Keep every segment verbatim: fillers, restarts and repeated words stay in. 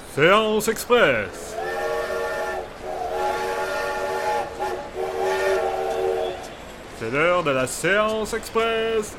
Séance Express. C'est l'heure de la Séance Express.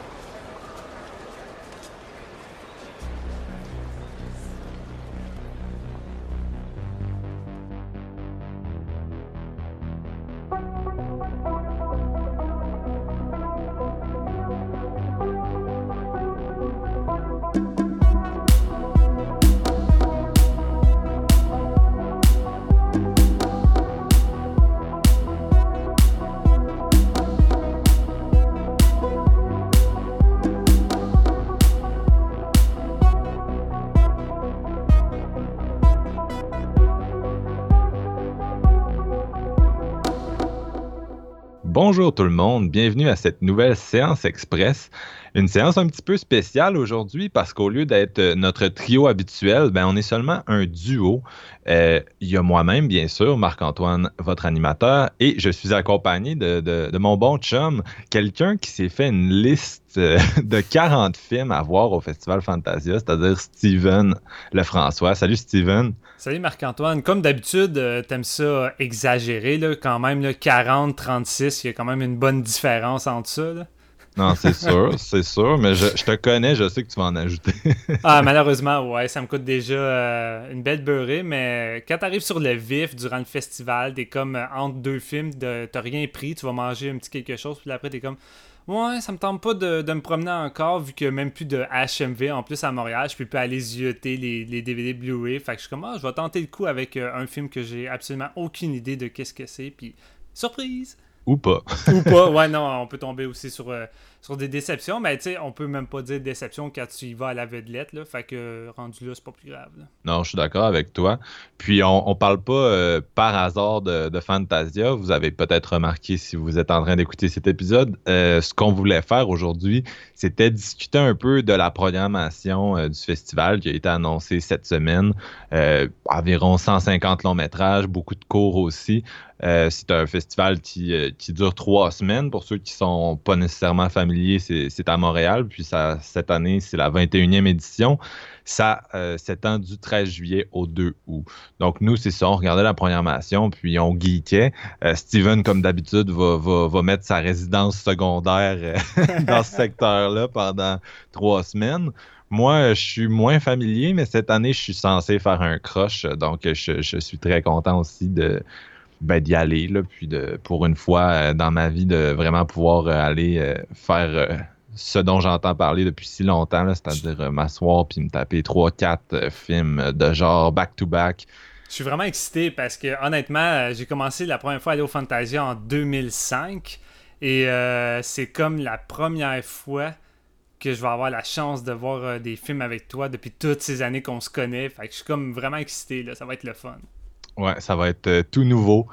Bonjour tout le monde, bienvenue à cette nouvelle séance express. Une séance un petit peu spéciale aujourd'hui parce qu'au lieu d'être notre trio habituel, ben on est seulement un duo. Euh, il y a moi-même, bien sûr, Marc-Antoine, votre animateur, et je suis accompagné de, de, de mon bon chum, quelqu'un qui s'est fait une liste de quarante films à voir au Festival Fantasia, c'est-à-dire Steven Lefrançois. Salut Steven! Salut Marc-Antoine. Comme d'habitude, euh, t'aimes ça exagérer, là, quand même, là, quarante trente-six, il y a quand même une bonne différence entre ça. Là. Non, c'est sûr, c'est sûr, mais je, je te connais, je sais que tu vas en ajouter. Ah, malheureusement, ouais, ça me coûte déjà euh, une belle beurrée, mais quand t'arrives sur le vif durant le festival, t'es comme euh, entre deux films, de, t'as rien pris, tu vas manger un petit quelque chose, puis après t'es comme... Ouais, ça me tente pas de, de me promener encore vu qu'il n'y a même plus de H M V en plus à Montréal. Je peux plus aller zioter les, les D V D Blu-ray. Fait que je suis comme, ah, je vais tenter le coup avec euh, un film que j'ai absolument aucune idée de qu'est-ce que c'est. Puis, surprise! Ou pas. Ou pas, ouais, non, on peut tomber aussi sur, euh, sur des déceptions, mais tu sais, on peut même pas dire déception quand tu y vas à l'aveuglette, là, fait que rendu là, c'est pas plus grave. Là. Non, je suis d'accord avec toi. Puis, on, on parle pas euh, par hasard de, de Fantasia. Vous avez peut-être remarqué si vous êtes en train d'écouter cet épisode. Euh, ce qu'on voulait faire aujourd'hui, c'était discuter un peu de la programmation euh, du festival qui a été annoncée cette semaine. Euh, environ cent cinquante longs métrages, beaucoup de courts aussi. Euh, c'est un festival qui, euh, qui dure trois semaines. Pour ceux qui sont pas nécessairement familiers, c'est, c'est à Montréal. Puis ça, cette année, c'est la vingt et unième édition. Ça euh, s'étend du treize juillet au deux août. Donc nous, c'est ça, on regardait la programmation, puis on geekait. Euh, Steven, comme d'habitude, va, va, va mettre sa résidence secondaire euh, dans ce secteur-là pendant trois semaines. Moi, je suis moins familier, mais cette année, je suis censé faire un crush. Donc, je, je suis très content aussi de... Ben, d'y aller, là, puis de, pour une fois euh, dans ma vie, de vraiment pouvoir euh, aller euh, faire euh, ce dont j'entends parler depuis si longtemps, là, c'est-à-dire euh, m'asseoir puis me taper trois quatre euh, films de genre back-to-back. Je suis vraiment excité parce que, honnêtement, euh, j'ai commencé la première fois à aller au Fantasia en deux mille cinq et euh, c'est comme la première fois que je vais avoir la chance de voir euh, des films avec toi depuis toutes ces années qu'on se connaît. Fait que je suis comme vraiment excité, là, ça va être le fun. Ouais, ça va être euh, tout nouveau.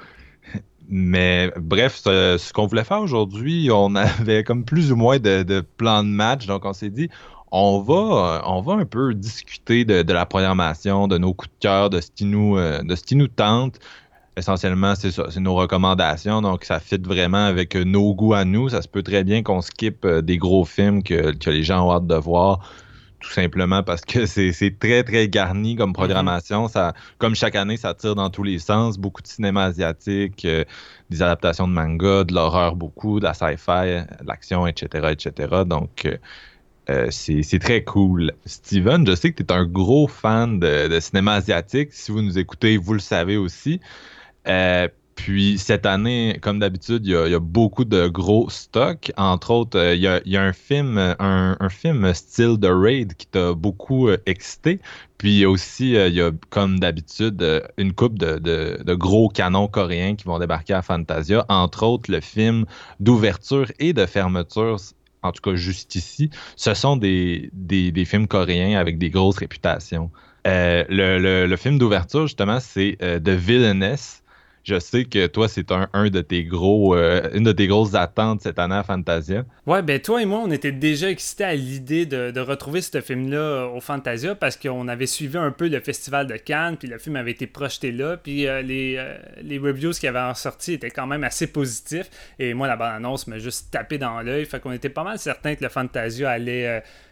Mais bref, ce, ce qu'on voulait faire aujourd'hui, on avait comme plus ou moins de, de plan de match. Donc, on s'est dit, on va, euh, on va un peu discuter de, de la programmation, de nos coups de cœur, de ce qui nous, euh, de ce qui nous tente. Essentiellement, c'est ça, c'est nos recommandations. Donc, ça fit vraiment avec euh, nos goûts à nous. Ça se peut très bien qu'on skip euh, des gros films que, que les gens ont hâte de voir. Tout simplement parce que c'est, c'est très, très garni comme programmation. Mm-hmm. Ça, comme chaque année, ça tire dans tous les sens. Beaucoup de cinéma asiatique, euh, des adaptations de manga, de l'horreur beaucoup, de la sci-fi, de l'action, et cetera, et cetera. Donc, euh, euh, c'est, c'est très cool. Steven, je sais que tu es un gros fan de, de cinéma asiatique. Si vous nous écoutez, vous le savez aussi. Euh, Puis cette année, comme d'habitude, il y a, il y a beaucoup de gros stocks. Entre autres, euh, il, y a, il y a un film, un, un film style The Raid qui t'a beaucoup euh, excité. Puis aussi, euh, il y a, comme d'habitude, euh, une couple de, de, de gros canons coréens qui vont débarquer à Fantasia. Entre autres, le film d'ouverture et de fermeture, en tout cas juste ici, ce sont des, des, des films coréens avec des grosses réputations. Euh, le, le, le film d'ouverture, justement, c'est euh, The Villainess. Je sais que toi, c'est un, un de tes gros, euh, une de tes grosses attentes cette année à Fantasia. Ouais, ben toi et moi, on était déjà excités à l'idée de, de retrouver ce film-là au Fantasia parce qu'on avait suivi un peu le festival de Cannes, puis le film avait été projeté là, puis euh, les, euh, les reviews qui avaient en sorti étaient quand même assez positifs. Et moi, la bande-annonce m'a juste tapé dans l'œil, fait qu'on était pas mal certain que le Fantasia allait euh,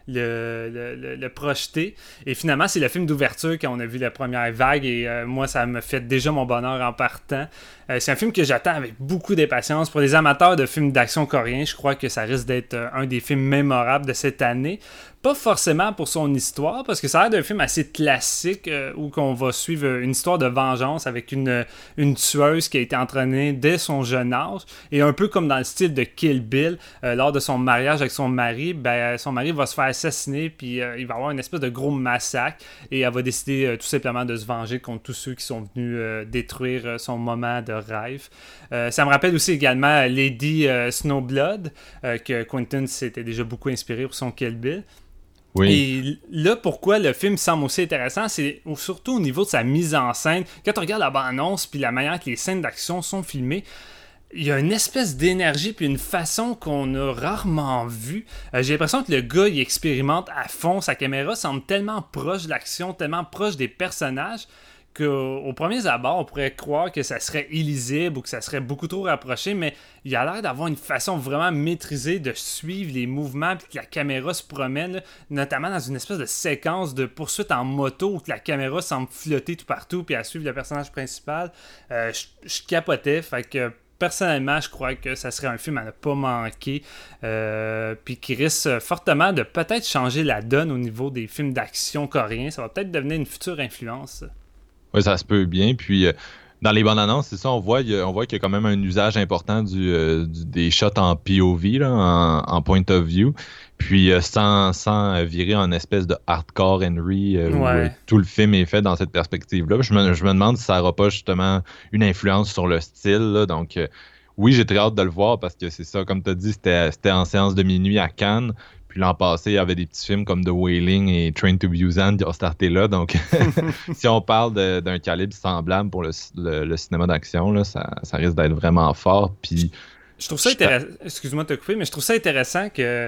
le, le, le, le projeter. Et finalement, c'est le film d'ouverture quand on a vu la première vague. Et euh, moi, ça me fait déjà mon bonheur en partant. Euh, c'est un film que j'attends avec beaucoup d'impatience. Pour les amateurs de films d'action coréens, je crois que ça risque d'être euh, un des films mémorables de cette année. Pas forcément pour son histoire, parce que ça a l'air d'un film assez classique euh, où on va suivre une histoire de vengeance avec une, une tueuse qui a été entraînée dès son jeune âge. Et un peu comme dans le style de Kill Bill, euh, lors de son mariage avec son mari, ben, son mari va se faire assassiner, puis euh, il va avoir une espèce de gros massacre, et elle va décider euh, tout simplement de se venger contre tous ceux qui sont venus euh, détruire euh, son moment de rêve. Euh, ça me rappelle aussi également Lady euh, Snowblood, euh, que Quentin s'était déjà beaucoup inspiré pour son Kill Bill. Oui. Et là, pourquoi le film semble aussi intéressant, c'est surtout au niveau de sa mise en scène. Quand on regarde la bande-annonce puis la manière que les scènes d'action sont filmées, il y a une espèce d'énergie puis une façon qu'on a rarement vue. Euh, j'ai l'impression que le gars, il expérimente à fond. Sa caméra semble tellement proche de l'action, tellement proche des personnages, qu'au premier abord, on pourrait croire que ça serait illisible ou que ça serait beaucoup trop rapproché, mais il a l'air d'avoir une façon vraiment maîtrisée de suivre les mouvements puis que la caméra se promène, là, notamment dans une espèce de séquence de poursuite en moto où que la caméra semble flotter tout partout puis à suivre le personnage principal. Euh, je, je capotais, fait que personnellement, je crois que ça serait un film à ne pas manquer, euh, puis qui risque fortement de peut-être changer la donne au niveau des films d'action coréens. Ça va peut-être devenir une future influence. Oui, ça se peut bien. Puis euh, dans les bandes annonces, c'est ça, on voit, y a, on voit qu'il y a quand même un usage important du, euh, du- des shots en P O V, là, en, en point of view. Puis euh, sans, sans virer en espèce de hardcore Henry euh, où Ouais. euh, tout le film est fait dans cette perspective-là. Je me, je me demande si ça n'aura pas justement une influence sur le style, là. Donc euh, oui, j'ai très hâte de le voir parce que c'est ça, comme tu as dit, c'était, c'était en séance de minuit à Cannes. Puis l'an passé, il y avait des petits films comme The Wailing et Train to Busan qui ont starté là. Donc, si on parle de- d'un calibre semblable pour le, le- le cinéma d'action, là, ça, ça risque d'être vraiment fort. Puis, Je trouve ça Je- intéressant. Excuse-moi de te couper, mais je trouve ça intéressant que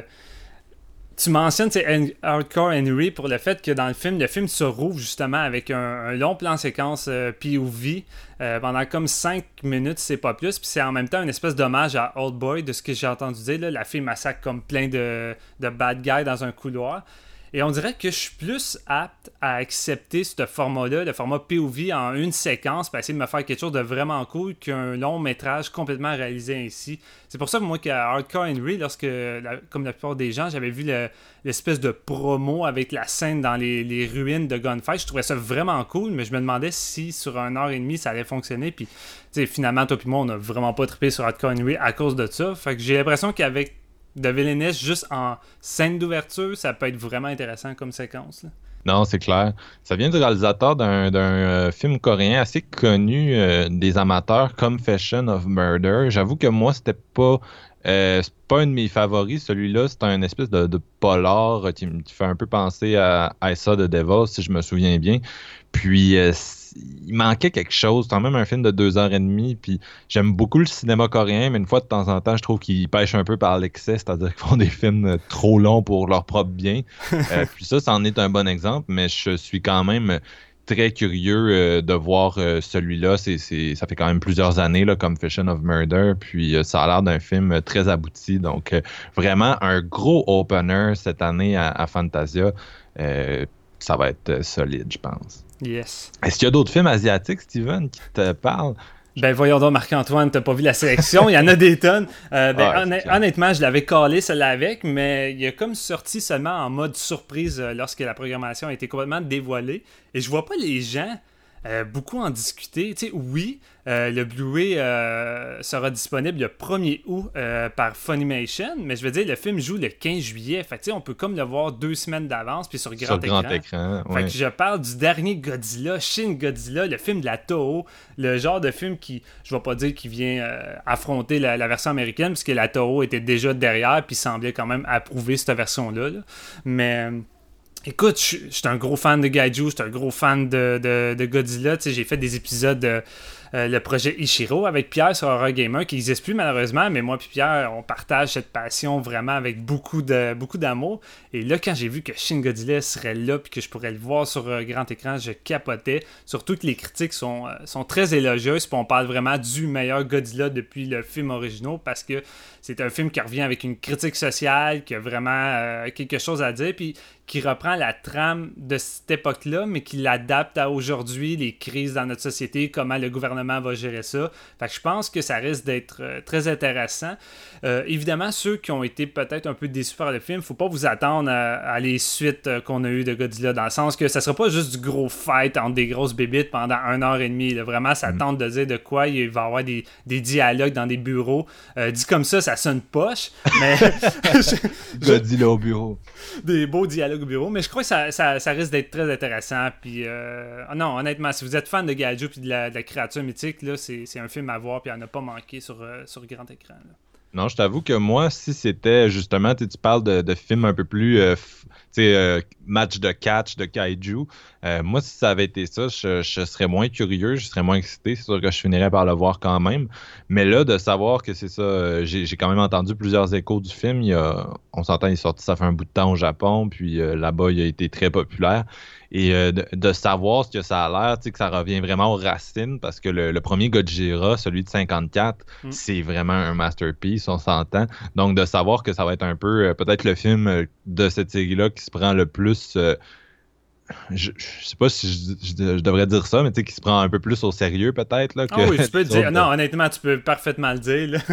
tu mentionnes c'est Hen- Hardcore Henry pour le fait que dans le film, le film se rouvre justement avec un, un long plan séquence euh, P O V euh, pendant comme cinq minutes, c'est pas plus. Puis c'est en même temps une espèce d'hommage à Old Boy, de ce que j'ai entendu dire. Là, la fille massacre comme plein de, de bad guys dans un couloir. Et on dirait que je suis plus apte à accepter ce format-là, le format P O V en une séquence, pour essayer de me faire quelque chose de vraiment cool qu'un long métrage complètement réalisé ainsi. C'est pour ça que moi, qu'à Hardcore Henry, lorsque, la- comme la plupart des gens, j'avais vu le- l'espèce de promo avec la scène dans les, les ruines de Gunfight, je trouvais ça vraiment cool, mais je me demandais si sur une heure et demie ça allait fonctionner. Puis, tu sais, finalement, toi et moi, on n'a vraiment pas trippé sur Hardcore Henry à cause de ça. Fait que j'ai l'impression qu'avec de Villainous juste en scène d'ouverture, ça peut être vraiment intéressant comme séquence, là. non, c'est clair. Ça vient du réalisateur d'un, d'un euh, film coréen assez connu euh, des amateurs, Confession of Murder. J'avoue que moi, c'était pas, euh, c'est pas un de mes favoris. Celui-là, c'est un espèce de, de polar euh, qui me qui fait un peu penser à I Saw the Devil, si je me souviens bien. Puis, euh, c- il manquait quelque chose. C'est quand même un film de deux heures et demie. Puis, j'aime beaucoup le cinéma coréen, mais une fois de temps en temps, je trouve qu'ils pêchent un peu par l'excès, c'est-à-dire qu'ils font des films euh, trop longs pour leur propre bien. Euh, puis ça, c'en est un bon exemple, mais je suis quand même très curieux euh, de voir euh, celui-là. C'est, c'est, ça fait quand même plusieurs années, là, comme Confession of Murder, puis euh, ça a l'air d'un film euh, très abouti. Donc, euh, vraiment un gros opener cette année à, à Fantasia. Euh, ça va être euh, solide, je pense. Yes. Est-ce qu'il y a d'autres films asiatiques, Steven, qui te parlent? Ben voyons donc, Marc-Antoine, t'as pas vu la sélection, il y en a des tonnes. Euh, ben, Ah, honn- c'est clair. honnêtement, je l'avais calé celle-là avec, mais il a comme sorti seulement en mode surprise euh, lorsque la programmation a été complètement dévoilée. Et je vois pas les gens euh, beaucoup en discuter. Tu sais, oui, euh, le Blu-ray euh, sera disponible le premier août euh, par Funimation, mais je veux dire, le film joue le quinze juillet. Fait que, tu sais, on peut comme le voir deux semaines d'avance, puis sur grand Sur grand écran. écran, Fait ouais. que je parle du dernier Godzilla, Shin Godzilla, le film de la Toho, le genre de film qui, je vais pas dire qu'il vient euh, affronter la, la version américaine, puisque la Toho était déjà derrière, puis semblait quand même approuver cette version-là, là. Mais euh, écoute, je je suis un gros fan de Gaiju, je suis un gros fan de, de, de Godzilla, tu sais, j'ai fait des épisodes euh, euh, le projet Ichiro avec Pierre sur Horror Gamer, qui n'existe plus malheureusement, mais moi et Pierre, on partage cette passion vraiment avec beaucoup de beaucoup d'amour. Et là, quand j'ai vu que Shin Godzilla serait là puis que je pourrais le voir sur euh, grand écran, je capotais. Surtout que les critiques sont, euh, sont très élogieuses, puis on parle vraiment du meilleur Godzilla depuis le film original, parce que c'est un film qui revient avec une critique sociale, qui a vraiment euh, quelque chose à dire, puis qui reprend la trame de cette époque-là, mais qui l'adapte à aujourd'hui, les crises dans notre société, comment le gouvernement va gérer ça. Fait que je pense que ça risque d'être euh, très intéressant. Euh, évidemment, ceux qui ont été peut-être un peu déçus par le film, faut pas vous attendre à, à les suites euh, qu'on a eues de Godzilla, dans le sens que ça sera pas juste du gros fight entre des grosses bébites pendant une heure et demie. Là. Vraiment, ça mm. tente de dire de quoi il va y avoir des, des dialogues dans des bureaux. Euh, dit comme ça, ça sonne poche, mais... Godzilla au bureau. Des beaux dialogues au bureau, mais je crois que ça, ça, ça risque d'être très intéressant. Puis, euh, non, honnêtement, si vous êtes fan de Gaiju et de la, de la créature mythique, là, c'est, c'est un film à voir, puis à ne pas manquer sur, euh, sur grand écran. Là. Non, je t'avoue que moi, si c'était justement, tu parles de, de films un peu plus, euh, f- tu sais, euh, match de catch, de kaiju, euh, moi, si ça avait été ça, je, je serais moins curieux, je serais moins excité. C'est sûr que je finirais par le voir quand même. Mais là, de savoir que c'est ça, euh, j'ai, j'ai quand même entendu plusieurs échos du film. Il y a, on s'entend, il est sorti, ça fait un bout de temps au Japon, puis euh, là-bas, il a été très populaire. Et euh, de, de savoir ce que ça a l'air, tu sais, que ça revient vraiment aux racines, parce que le, le premier Gojira, celui de cinquante-quatre, mm. c'est vraiment un masterpiece, on s'entend. Donc, de savoir que ça va être un peu, euh, peut-être le film de cette série-là qui se prend le plus... Euh, je, je sais pas si je, je, je devrais dire ça, mais tu sais, qui se prend un peu plus au sérieux, peut-être. Là, que oh oui, tu peux le dire. Non, honnêtement, tu peux parfaitement le dire, là.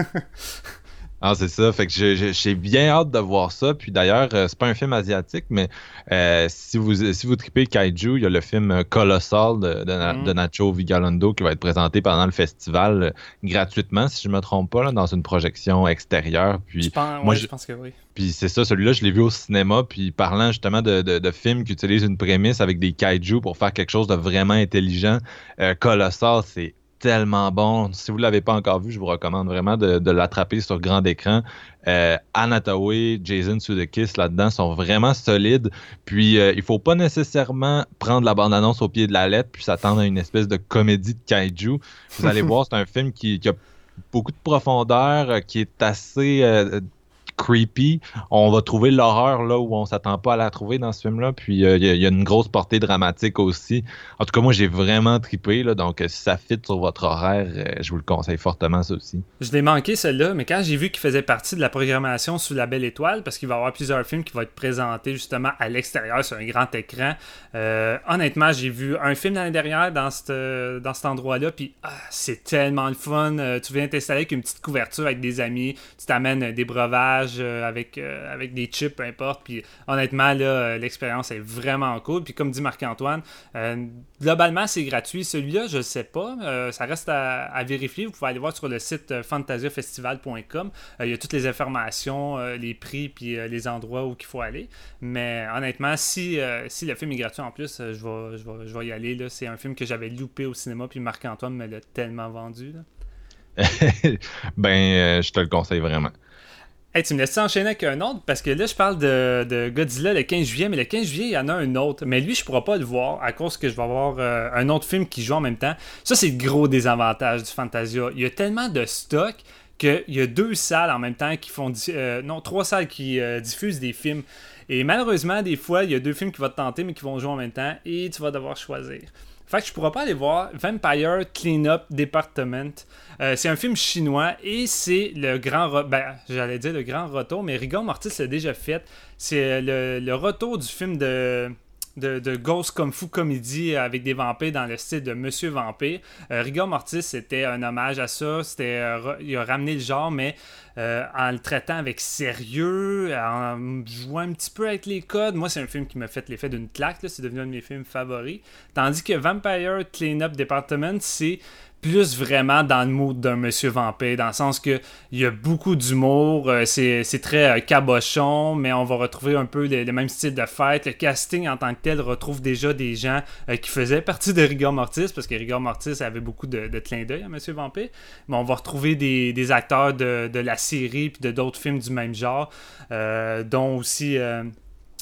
Ah, c'est ça. Fait que j'ai, j'ai bien hâte de voir ça. Puis d'ailleurs, euh, c'est pas un film asiatique, mais euh, si vous si vous tripez Kaiju, il y a le film Colossal de, de, mm. de Nacho Vigalondo qui va être présenté pendant le festival euh, gratuitement, si je me trompe pas, là, dans une projection extérieure. Puis, je pense, moi, ouais, je, je pense que oui. Puis c'est ça, celui-là, je l'ai vu au cinéma. Puis parlant justement de, de, de films qui utilisent une prémisse avec des Kaiju pour faire quelque chose de vraiment intelligent, euh, Colossal, c'est tellement bon. Si vous ne l'avez pas encore vu, je vous recommande vraiment de, de l'attraper sur grand écran. Euh, Anne Hathaway, Jason Sudeikis là-dedans sont vraiment solides. Puis euh, il faut pas nécessairement prendre la bande-annonce au pied de la lettre puis s'attendre à une espèce de comédie de kaiju. Vous allez voir, c'est un film qui, qui a beaucoup de profondeur, qui est assez... Euh, creepy. On va trouver l'horreur là où on s'attend pas à la trouver dans ce film-là. Puis il euh, y, y a une grosse portée dramatique aussi. En tout cas, moi, j'ai vraiment trippé. Là, donc, euh, si ça fit sur votre horaire, euh, je vous le conseille fortement, ça aussi. Je l'ai manqué, celle-là, mais quand j'ai vu qu'il faisait partie de la programmation sous la Belle Étoile, parce qu'il va y avoir plusieurs films qui vont être présentés justement à l'extérieur sur un grand écran, euh, honnêtement, j'ai vu un film l'année dernière dans, cette, dans cet endroit-là, puis ah, c'est tellement le fun. Euh, tu viens t'installer avec une petite couverture avec des amis, tu t'amènes des breuvages euh, avec, euh, avec des chips, peu importe. Puis honnêtement, là, euh, l'expérience est vraiment cool. Puis comme dit Marc-Antoine, euh, globalement, c'est gratuit. Celui-là, je ne sais pas. Euh, ça reste à, à vérifier. Vous pouvez aller voir sur le site euh, fantasia festival point com. Euh, il y a toutes les informations, euh, les prix, puis euh, les endroits où il faut aller. Mais honnêtement, si, euh, si le film est gratuit en plus, euh, je, vais, je, vais, je vais y aller. Là. C'est un film que j'avais loupé au cinéma, puis Marc-Antoine me l'a tellement vendu. Là. ben, euh, je te le conseille vraiment. Hey, tu me laisses enchaîner avec un autre? Parce que là, je parle de, de Godzilla le quinze juillet, mais le quinze juillet, il y en a un autre. Mais lui, je ne pourrai pas le voir à cause que je vais avoir euh, un autre film qui joue en même temps. Ça, c'est le gros désavantage du Fantasia. Il y a tellement de stock qu'il y a deux salles en même temps qui font... Euh, non, trois salles qui euh, diffusent des films. Et malheureusement, des fois, il y a deux films qui vont te tenter, mais qui vont jouer en même temps. Et tu vas devoir choisir. Fait que je pourrais pas aller voir Vampire Cleanup Department. Euh, c'est un film chinois et c'est le grand... Re- ben, j'allais dire le grand retour, mais Rigor Mortis l'a déjà fait. C'est le, le retour du film de... De, de Ghost Kung Fu Comedy avec des vampires dans le style de Monsieur Vampire. Euh, Rigor Mortis, c'était un hommage à ça. C'était, euh, il a ramené le genre, mais euh, en le traitant avec sérieux, en jouant un petit peu avec les codes. Moi, c'est un film qui m'a fait l'effet d'une claque. Là. C'est devenu un de mes films favoris. Tandis que Vampire Cleanup Department, c'est plus vraiment dans le mood d'un Monsieur Vampire, dans le sens que il y a beaucoup d'humour, euh, c'est, c'est très euh, cabochon, mais on va retrouver un peu le, le même style de fête. Le casting en tant que tel retrouve déjà des gens euh, qui faisaient partie de Rigor Mortis, parce que Rigor Mortis avait beaucoup de, de clins d'œil à Monsieur Vampire, mais on va retrouver des, des acteurs de, de la série puis de d'autres films du même genre, euh, dont aussi... Euh,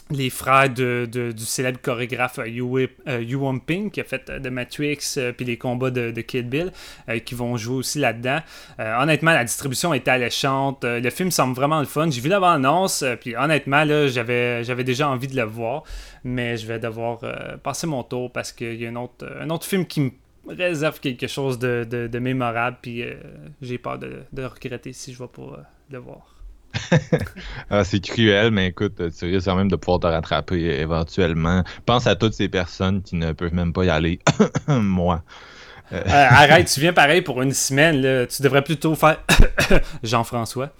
les frères de, de, du célèbre chorégraphe Yu euh, Ping qui a fait euh, The Matrix euh, puis les combats de, de Kill Bill euh, qui vont jouer aussi là-dedans. Euh, honnêtement, la distribution était alléchante. Euh, le film semble vraiment le fun. J'ai vu la bande-annonce euh, puis honnêtement, là, j'avais, j'avais déjà envie de le voir, mais je vais devoir euh, passer mon tour parce qu'il y a un autre, un autre film qui me réserve quelque chose de, de, de mémorable puis euh, j'ai peur de, de regretter si je ne vais pas euh, le voir. Ah, c'est cruel, mais écoute, tu risques quand même de pouvoir te rattraper éventuellement. Pense à toutes ces personnes qui ne peuvent même pas y aller. Moi. Euh, arrête, tu viens pareil pour une semaine. Là. Tu devrais plutôt faire Jean-François,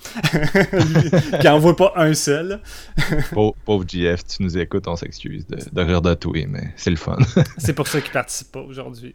qui en voit pas un seul. pauvre, pauvre J F, tu nous écoutes, on s'excuse de, de rire de toi, mais c'est le fun. C'est pour ça qu'il participe pas aujourd'hui.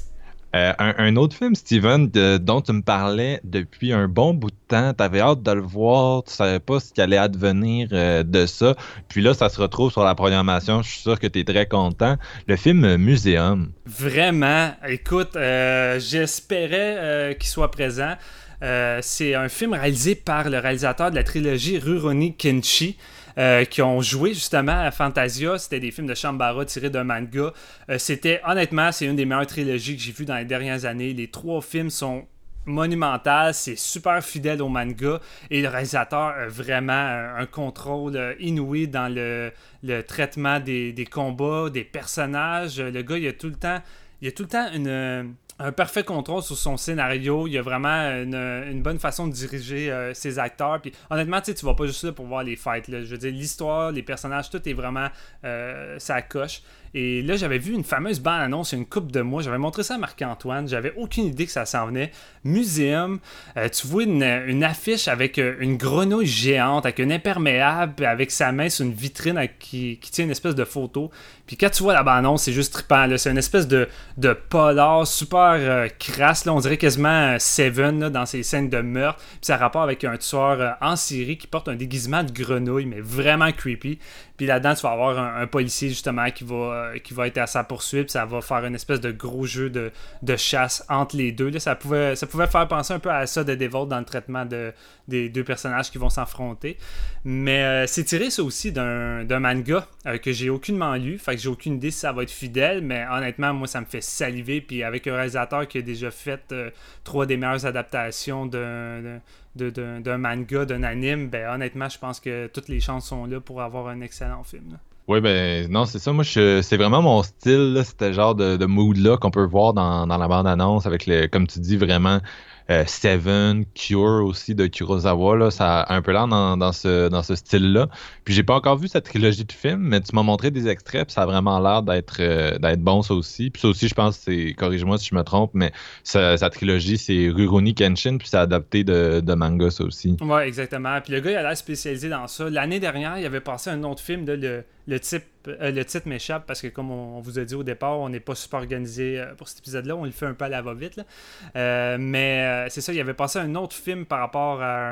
Euh, un, un autre film, Steven, de, dont tu me parlais depuis un bon bout de temps, tu avais hâte de le voir, tu savais pas ce qui allait advenir euh, de ça, puis là, ça se retrouve sur la programmation, je suis sûr que tu es très content. Le film Muséum. Vraiment, écoute, euh, j'espérais euh, qu'il soit présent. Euh, c'est un film réalisé par le réalisateur de la trilogie Rurouni Kenshin. Euh, qui ont joué justement à Fantasia. C'était des films de Shambara tirés d'un manga. Euh, c'était, honnêtement, c'est une des meilleures trilogies que j'ai vues dans les dernières années. Les trois films sont monumentaux, c'est super fidèle au manga et le réalisateur a vraiment un, un contrôle inouï dans le, le traitement des, des combats, des personnages. Le gars, il a tout le temps, il a tout le temps une... un parfait contrôle sur son scénario. Il y a vraiment une, une bonne façon de diriger euh, ses acteurs. Puis honnêtement, tu vas pas juste là pour voir les fights. Là. Je veux dire, l'histoire, les personnages, tout est vraiment euh, ça coche. Et là, j'avais vu une fameuse bande-annonce il y a une couple de mois. J'avais montré ça à Marc-Antoine. J'avais aucune idée que ça s'en venait. Muséum, euh, tu vois une, une affiche avec euh, une grenouille géante, avec un imperméable, puis avec sa main sur une vitrine avec, qui, qui tient une espèce de photo. Puis quand tu vois la bande-annonce, c'est juste trippant. Là. C'est une espèce de, de polar super euh, crasse. Là. On dirait quasiment Seven là, dans ses scènes de meurtre. Puis ça a rapport avec un tueur euh, en série qui porte un déguisement de grenouille, mais vraiment creepy. Puis là-dedans, tu vas avoir un, un policier justement qui va, euh, qui va être à sa poursuite. Puis ça va faire une espèce de gros jeu de, de chasse entre les deux. Là, ça, pouvait, ça pouvait faire penser un peu à ça de Devil dans le traitement de, des deux personnages qui vont s'affronter. Mais euh, c'est tiré ça aussi d'un, d'un manga euh, que j'ai aucunement lu. Fait que j'ai aucune idée si ça va être fidèle. Mais honnêtement, moi, ça me fait saliver. Puis avec un réalisateur qui a déjà fait euh, trois des meilleures adaptations d'un... d'un De, de, d'un manga, d'un anime, ben honnêtement, je pense que toutes les chances sont là pour avoir un excellent film. Là. Oui, ben non, c'est ça. Moi, je, c'est vraiment mon style. Là, c'était genre de, de mood-là qu'on peut voir dans, dans la bande-annonce avec, le, comme tu dis, vraiment euh, Seven, Cure aussi de Kurosawa. Là, ça a un peu l'air dans, dans ce, dans ce style-là. Puis j'ai pas encore vu cette trilogie de films, mais tu m'as montré des extraits, puis ça a vraiment l'air d'être, euh, d'être bon, ça aussi. Puis ça aussi, je pense, c'est, corrige-moi si je me trompe, mais sa, sa trilogie, c'est Rurouni Kenshin, puis c'est adapté de, de manga, ça aussi. Ouais, exactement. Puis le gars, il a l'air spécialisé dans ça. L'année dernière, il avait passé un autre film, là, le, le, type, euh, le titre m'échappe, parce que comme on, on vous a dit au départ, on n'est pas super organisé euh, pour cet épisode-là. On le fait un peu à la va-vite. Là. Euh, mais euh, c'est ça, il avait passé un autre film par rapport à...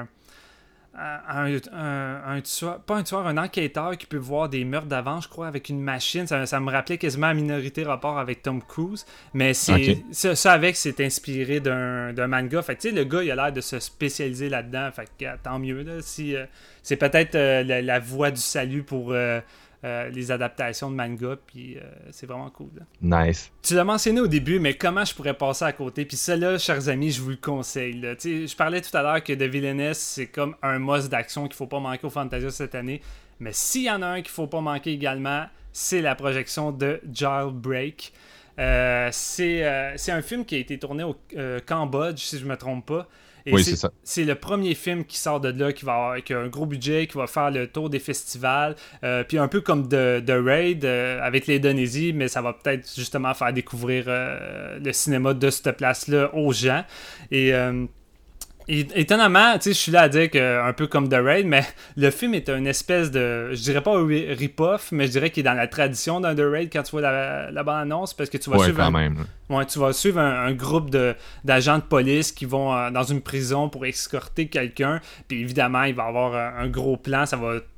Un, un, un tueur, pas un tueur, un enquêteur qui peut voir des meurtres d'avant, je crois, avec une machine. Ça, ça me rappelait quasiment à Minorité Report avec Tom Cruise. Mais c'est, okay. ça, ça avec, c'est inspiré d'un, d'un manga. Fait que tu sais, le gars, il a l'air de se spécialiser là-dedans. Fait que tant mieux. Là, si, euh, c'est peut-être euh, la, la voie du salut pour euh, euh, les adaptations de manga. Puis euh, c'est vraiment cool. Là. Nice. Tu l'as mentionné au début, mais comment je pourrais passer à côté? Puis ça, là, chers amis, je vous le conseille. Là. Je parlais tout à l'heure que The Villainess, c'est comme un must d'action qu'il ne faut pas manquer au Fantasia cette année. Mais s'il y en a un qu'il ne faut pas manquer également, c'est la projection de Jailbreak. Euh, c'est, euh, c'est un film qui a été tourné au euh, Cambodge, si je ne me trompe pas. Et oui, c'est, c'est ça. C'est le premier film qui sort de là, qui va avoir qui a un gros budget, qui va faire le tour des festivals. Euh, puis un peu comme The, The Raid euh, avec l'Indonésie, mais ça va peut-être justement faire découvrir euh, le cinéma de cette place-là aux gens. Et... Euh, Et, étonnamment, tu sais, je suis là à dire que un peu comme The Raid, mais le film est une espèce de, je dirais pas un rip-off, mais je dirais qu'il est dans la tradition d'un The Raid quand tu vois la, la bande-annonce, parce que tu vas ouais, suivre, quand un, même. Ouais, tu vas suivre un, un groupe de, d'agents de police qui vont euh, dans une prison pour escorter quelqu'un, puis évidemment, il va y avoir un, un gros plan, ça va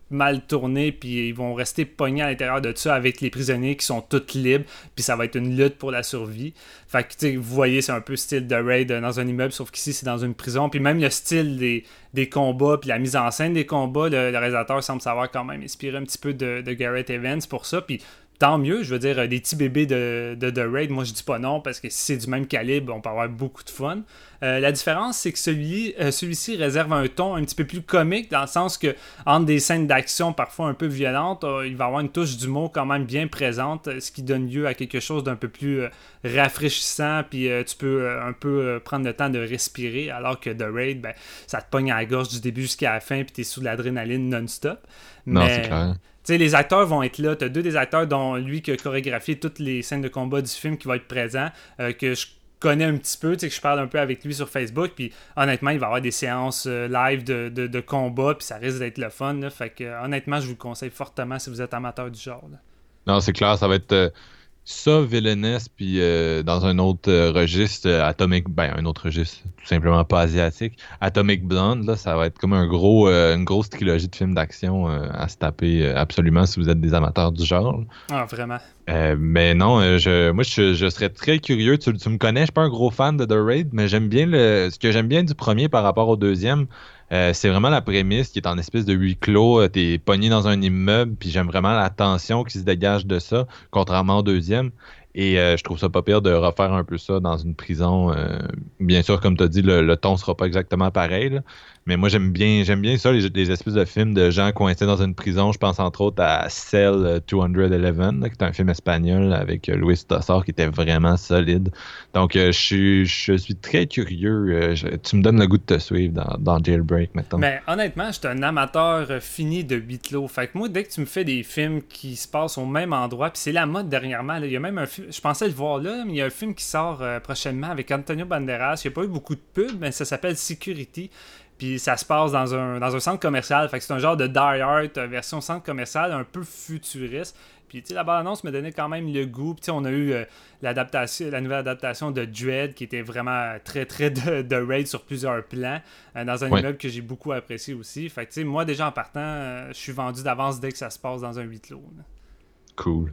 mal tourné, puis ils vont rester pognés à l'intérieur de ça avec les prisonniers qui sont tous libres, puis ça va être une lutte pour la survie. Fait que, tu sais, vous voyez, c'est un peu style de Raid dans un immeuble, sauf qu'ici, c'est dans une prison. Puis même le style des, des combats, puis la mise en scène des combats, le, le réalisateur semble savoir quand même inspirer un petit peu de, de Gareth Evans pour ça, puis tant mieux, je veux dire, des petits bébés de, de, de Raid, moi je dis pas non, parce que si c'est du même calibre, on peut avoir beaucoup de fun. Euh, la différence, c'est que celui, euh, celui-ci réserve un ton un petit peu plus comique, dans le sens que, entre des scènes d'action parfois un peu violentes, euh, il va avoir une touche d'humour quand même bien présente, ce qui donne lieu à quelque chose d'un peu plus euh, rafraîchissant, puis euh, tu peux euh, un peu euh, prendre le temps de respirer, alors que The Raid, ben, ça te pogne à la gorge du début jusqu'à la fin, puis t'es sous de l'adrénaline non-stop. Non, Mais... c'est clair. T'sais, les acteurs vont être là. T'as deux des acteurs, dont lui qui a chorégraphié toutes les scènes de combat du film, qui va être présent, euh, que je connais un petit peu, que je parle un peu avec lui sur Facebook. Puis honnêtement, il va y avoir des séances euh, live de, de, de combat, puis ça risque d'être le fun. Là. Fait que euh, honnêtement, je vous le conseille fortement si vous êtes amateur du genre. Là. Non, c'est clair, ça va être euh, ça, Villainous, puis euh, dans un autre euh, registre, euh, Atomic, ben un autre registre, tout simplement pas asiatique, Atomic Blonde, là, ça va être comme un gros, euh, une grosse trilogie de films d'action euh, à se taper euh, absolument si vous êtes des amateurs du genre. Ah, vraiment. Euh, mais non, euh, je, moi je, je serais très curieux. Tu, tu me connais, je suis pas un gros fan de The Raid, mais j'aime bien le, ce que j'aime bien du premier par rapport au deuxième. Euh, c'est vraiment la prémisse qui est en espèce de huis clos. T'es pogné dans un immeuble, puis j'aime vraiment la tension qui se dégage de ça, contrairement au deuxième. Et euh, je trouve ça pas pire de refaire un peu ça dans une prison. Euh, bien sûr, comme tu as dit, le, le ton sera pas exactement pareil. Là. Mais moi, j'aime bien j'aime bien ça, les, les espèces de films de gens coincés dans une prison. Je pense entre autres à Cell deux cent onze, là, qui est un film espagnol avec euh, Luis Tosar qui était vraiment solide. Donc, euh, je, suis, je suis très curieux. Euh, je, tu me donnes le goût de te suivre dans, dans Jailbreak maintenant. Mais honnêtement, je suis un amateur fini de huis clos. Fait que moi, dès que tu me fais des films qui se passent au même endroit, puis c'est la mode dernièrement, là, il y a même un film, je pensais le voir là, mais il y a un film qui sort euh, prochainement avec Antonio Banderas. Il n'y a pas eu beaucoup de pubs, mais ça s'appelle Security. Puis ça se passe dans un, dans un centre commercial. Fait que c'est un genre de Die Hard version centre commercial, un peu futuriste. Puis tu sais, la bande-annonce me donnait quand même le goût. Puis on a eu euh, l'adaptation, la nouvelle adaptation de Dread qui était vraiment très très de, de Raid sur plusieurs plans. Euh, dans un ouais. immeuble que j'ai beaucoup apprécié aussi. Fait que tu sais, moi déjà en partant, euh, je suis vendu d'avance dès que ça se passe dans un huis clos. Là. Cool.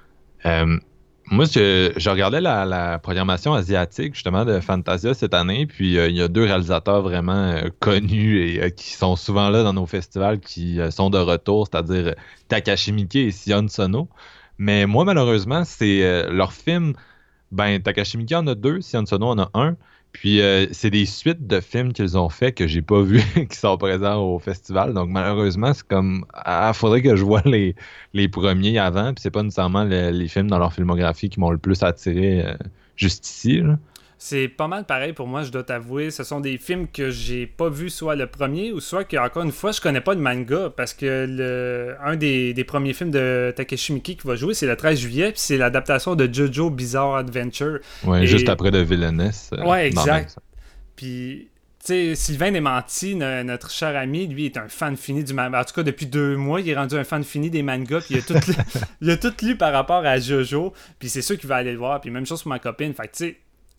Euh, Moi, je, je regardais la, la programmation asiatique, justement, de Fantasia cette année, puis euh, il y a deux réalisateurs vraiment euh, connus et euh, qui sont souvent là dans nos festivals, qui euh, sont de retour, c'est-à-dire Takashi Miike et Sion Sono. Mais moi, malheureusement, c'est euh, leur film, ben, Takashi Miike en a deux, Sion Sono en a un, puis euh, c'est des suites de films qu'ils ont fait que j'ai pas vu qui sont présents au festival. Donc malheureusement, c'est comme ah, faudrait que je vois les, les premiers avant. Puis c'est pas nécessairement le, les films dans leur filmographie qui m'ont le plus attiré euh, juste ici. Là. C'est pas mal pareil pour moi, je dois t'avouer. Ce sont des films que j'ai pas vus soit le premier ou soit que, encore une fois, je connais pas le manga parce que le, un des, des premiers films de Takashi Miike qui va jouer, c'est le treize juillet, puis c'est l'adaptation de Jojo Bizarre Adventure. Ouais, Et... juste après de Villainous. Euh, ouais, exact. Puis, tu sais, Sylvain Desmenti, notre cher ami, lui, est un fan fini du manga. En tout cas, depuis deux mois, il est rendu un fan fini des mangas, puis il a tout, lu... il a tout lu par rapport à Jojo, puis c'est sûr qu'il va aller le voir. Puis même chose pour ma copine. Fait que, tu sais,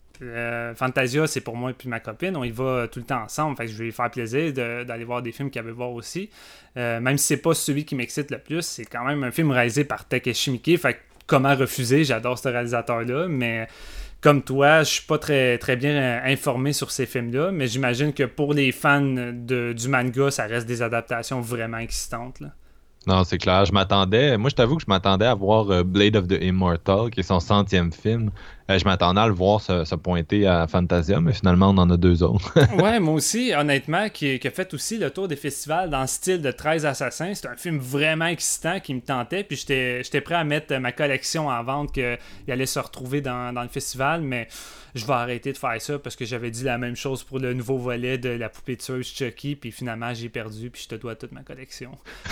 Euh, Fantasia, c'est pour moi et puis ma copine, on y va tout le temps ensemble, fait que je vais lui faire plaisir de, d'aller voir des films qu'elle veut voir aussi, euh, même si c'est pas celui qui m'excite le plus, c'est quand même un film réalisé par Takashi Miike, fait que comment refuser, j'adore ce réalisateur-là, mais comme toi, je suis pas très, très bien informé sur ces films-là, mais j'imagine que pour les fans de, du manga, ça reste des adaptations vraiment excitantes, là. Non, c'est clair. Je m'attendais. Moi, je t'avoue que je m'attendais à voir euh, Blade of the Immortal, qui est son centième film. Euh, je m'attendais à le voir se, se pointer à Fantasia, mais finalement, on en a deux autres. Ouais, moi aussi, honnêtement, qui, qui a fait aussi le tour des festivals dans le style de treize Assassins. C'est un film vraiment excitant qui me tentait. Puis j'étais, j'étais prêt à mettre ma collection en vente qu'il allait se retrouver dans, dans le festival, mais je vais arrêter de faire ça parce que j'avais dit la même chose pour le nouveau volet de la poupée tueuse Chucky, puis finalement j'ai perdu, puis je te dois toute ma collection.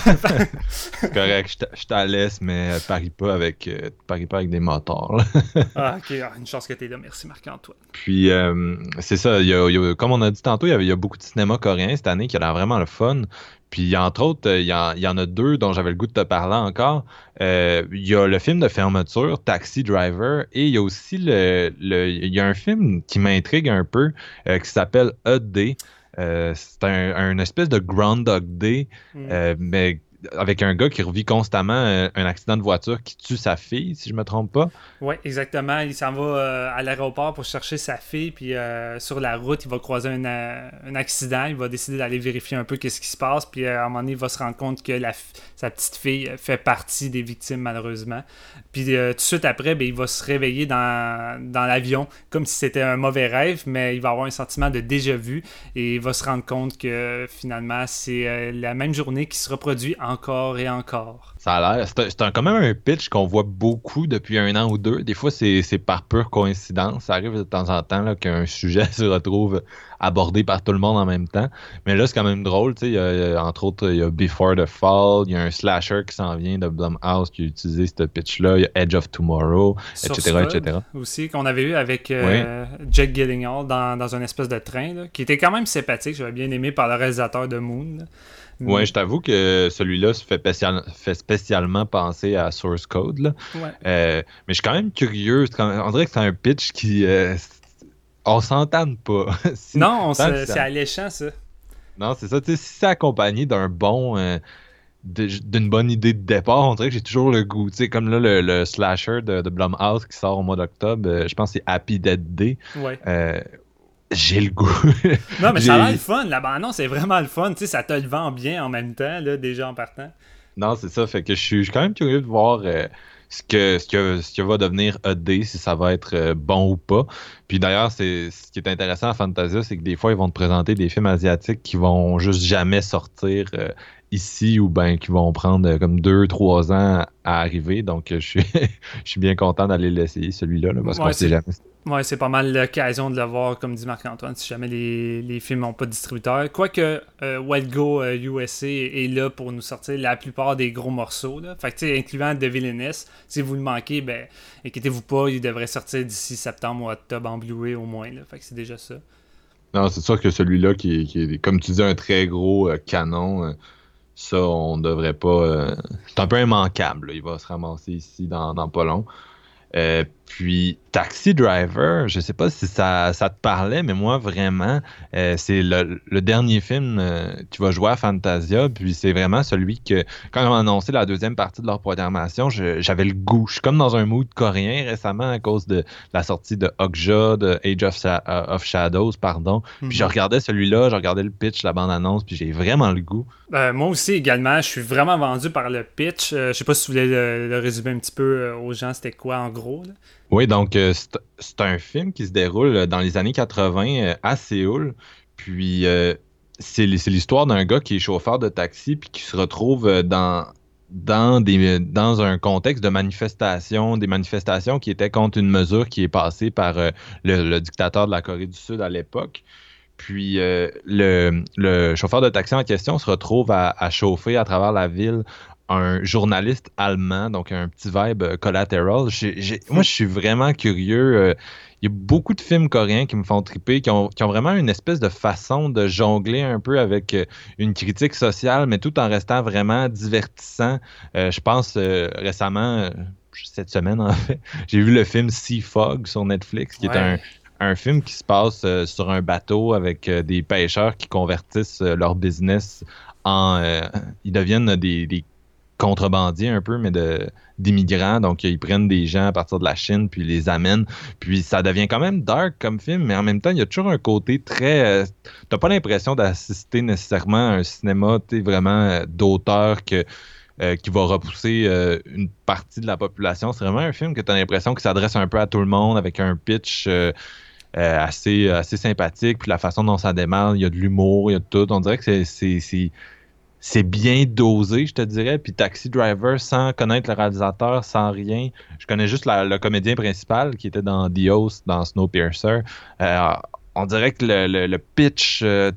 C'est correct, je t'en laisse, mais parie pas avec, euh, parie pas avec des motards. Ah, ok, ah, une chance que t'es là, merci Marc-Antoine. Puis euh, c'est ça, il y a, il y a, comme on a dit tantôt, il y, a, il y a beaucoup de cinéma coréen cette année qui a l'air vraiment le fun. Puis entre autres, il y, en, il y en a deux dont j'avais le goût de te parler encore. Euh, il y a le film de fermeture, Taxi Driver, et il y a aussi le, le il y a un film qui m'intrigue un peu euh, qui s'appelle A Day. Euh, c'est un, un espèce de Groundhog Day, mm. euh, mais avec un gars qui revit constamment euh, un accident de voiture qui tue sa fille, si je me trompe pas. Oui, exactement. Il s'en va euh, à l'aéroport pour chercher sa fille, puis euh, sur la route, il va croiser un, euh, un accident. Il va décider d'aller vérifier un peu qu'est-ce qui se passe, puis euh, à un moment donné, il va se rendre compte que la, sa petite fille fait partie des victimes, malheureusement. Puis euh, tout de suite après, ben, il va se réveiller dans, dans l'avion, comme si c'était un mauvais rêve, mais il va avoir un sentiment de déjà-vu, et il va se rendre compte que finalement, c'est euh, la même journée qui se reproduit encore et encore. Ça a l'air. C'est, un, c'est un, quand même un pitch qu'on voit beaucoup depuis un an ou deux. Des fois, c'est, c'est par pure coïncidence. Ça arrive de temps en temps là, qu'un sujet se retrouve abordé par tout le monde en même temps. Mais là, c'est quand même drôle. Il y a, entre autres, il y a Before the Fall. Il y a un slasher qui s'en vient de Blumhouse qui a utilisé ce pitch-là. Il y a Edge of Tomorrow, Sur et cetera, et cetera. Aussi, qu'on avait eu avec euh, oui. Jake Gyllenhaal dans, dans une espèce de train, là, qui était quand même sympathique. J'avais bien aimé par le réalisateur de Moon. Là. Ouais, je t'avoue que celui-là se fait, spécial, fait spécialement penser à Source Code. Là. Ouais. Euh, mais je suis quand même curieux. Quand même, on dirait que c'est un pitch qui. Euh, on s'entende pas. si, non, on se, c'est alléchant, ça. Non, c'est ça. Si c'est accompagné d'un bon. Euh, de, d'une bonne idée de départ, on dirait que j'ai toujours le goût. T'sais, comme là, le, le slasher de, de Blumhouse qui sort au mois d'octobre, euh, je pense que c'est Happy Death Day. Ouais. Euh, j'ai le goût. Non, mais ça a l'air le fun. La bande-annonce, c'est vraiment le fun. Tu sais, ça te le vend bien en même temps, là, déjà en partant. Non, c'est ça. Fait que je suis, je suis quand même curieux de voir euh, ce, que, ce, que, ce que va devenir A D, si ça va être euh, bon ou pas. Puis d'ailleurs, c'est, ce qui est intéressant à Fantasia, c'est que des fois, ils vont te présenter des films asiatiques qui vont juste jamais sortir euh, ici ou ben qui vont prendre euh, comme deux, trois ans à arriver. Donc, euh, je suis, je suis bien content d'aller l'essayer, celui-là, là, parce ouais, qu'on sait jamais. Ouais, c'est pas mal l'occasion de le voir, comme dit Marc-Antoine, si jamais les, les films n'ont pas de distributeur. Quoique euh, Wild Go euh, U S A est là pour nous sortir la plupart des gros morceaux. Là. Fait que, tu sais, incluant The Villainess, si vous le manquez, ben, inquiétez-vous pas, il devrait sortir d'ici septembre ou octobre en Blu-ray au moins. Là. Fait que c'est déjà ça. Non, c'est sûr que celui-là, qui est, qui est comme tu dis, un très gros euh, canon, euh, ça, on devrait pas... Euh, c'est un peu immanquable. Là. Il va se ramasser ici dans, dans pas long. Euh, puis Taxi Driver, je sais pas si ça, ça te parlait, mais moi vraiment, euh, c'est le, le dernier film euh, qui va jouer à Fantasia, puis c'est vraiment celui que, quand on a annoncé la deuxième partie de leur programmation, je, j'avais le goût. Je suis comme dans un mood coréen récemment à cause de la sortie de Okja, de Age of, Sa- of Shadows, pardon. Mm-hmm. Puis je regardais celui-là, je regardais le pitch, la bande-annonce, puis j'ai vraiment le goût. Euh, moi aussi également, je suis vraiment vendu par le pitch. Euh, je sais pas si tu voulais le, le résumer un petit peu euh, aux gens, c'était quoi en gros là? Oui, donc euh, c'est, c'est un film qui se déroule dans les années quatre-vingts euh, à Séoul. Puis euh, c'est, c'est l'histoire d'un gars qui est chauffeur de taxi puis qui se retrouve euh, dans, dans, des, dans un contexte de manifestation, des manifestations qui étaient contre une mesure qui est passée par euh, le, le dictateur de la Corée du Sud à l'époque. Puis euh, le, le chauffeur de taxi en question se retrouve à, à chauffer à travers la ville un journaliste allemand, donc un petit vibe collateral. J'ai, j'ai, moi, je suis vraiment curieux. Il y a beaucoup de films coréens qui me font triper, qui ont, qui ont vraiment une espèce de façon de jongler un peu avec une critique sociale, mais tout en restant vraiment divertissant. Euh, je pense euh, récemment, cette semaine en fait, j'ai vu le film Sea Fog sur Netflix, qui ouais. est un un film qui se passe euh, sur un bateau avec euh, des pêcheurs qui convertissent euh, leur business en... Euh, ils deviennent des, des contrebandiers un peu, mais de, d'immigrants. Donc, ils prennent des gens à partir de la Chine, puis ils les amènent. Puis ça devient quand même dark comme film, mais en même temps, il y a toujours un côté très... Euh, t'as pas l'impression d'assister nécessairement à un cinéma vraiment euh, d'auteur que... Euh, qui va repousser euh, une partie de la population. C'est vraiment un film que tu as l'impression qu'il s'adresse un peu à tout le monde avec un pitch euh, euh, assez, assez sympathique. Puis la façon dont ça démarre, il y a de l'humour, il y a de tout. On dirait que c'est, c'est, c'est, c'est bien dosé, je te dirais. Puis Taxi Driver, sans connaître le réalisateur, sans rien. Je connais juste la, le comédien principal qui était dans The Host, dans Snowpiercer. Euh, on dirait que le, le, le pitch... Euh,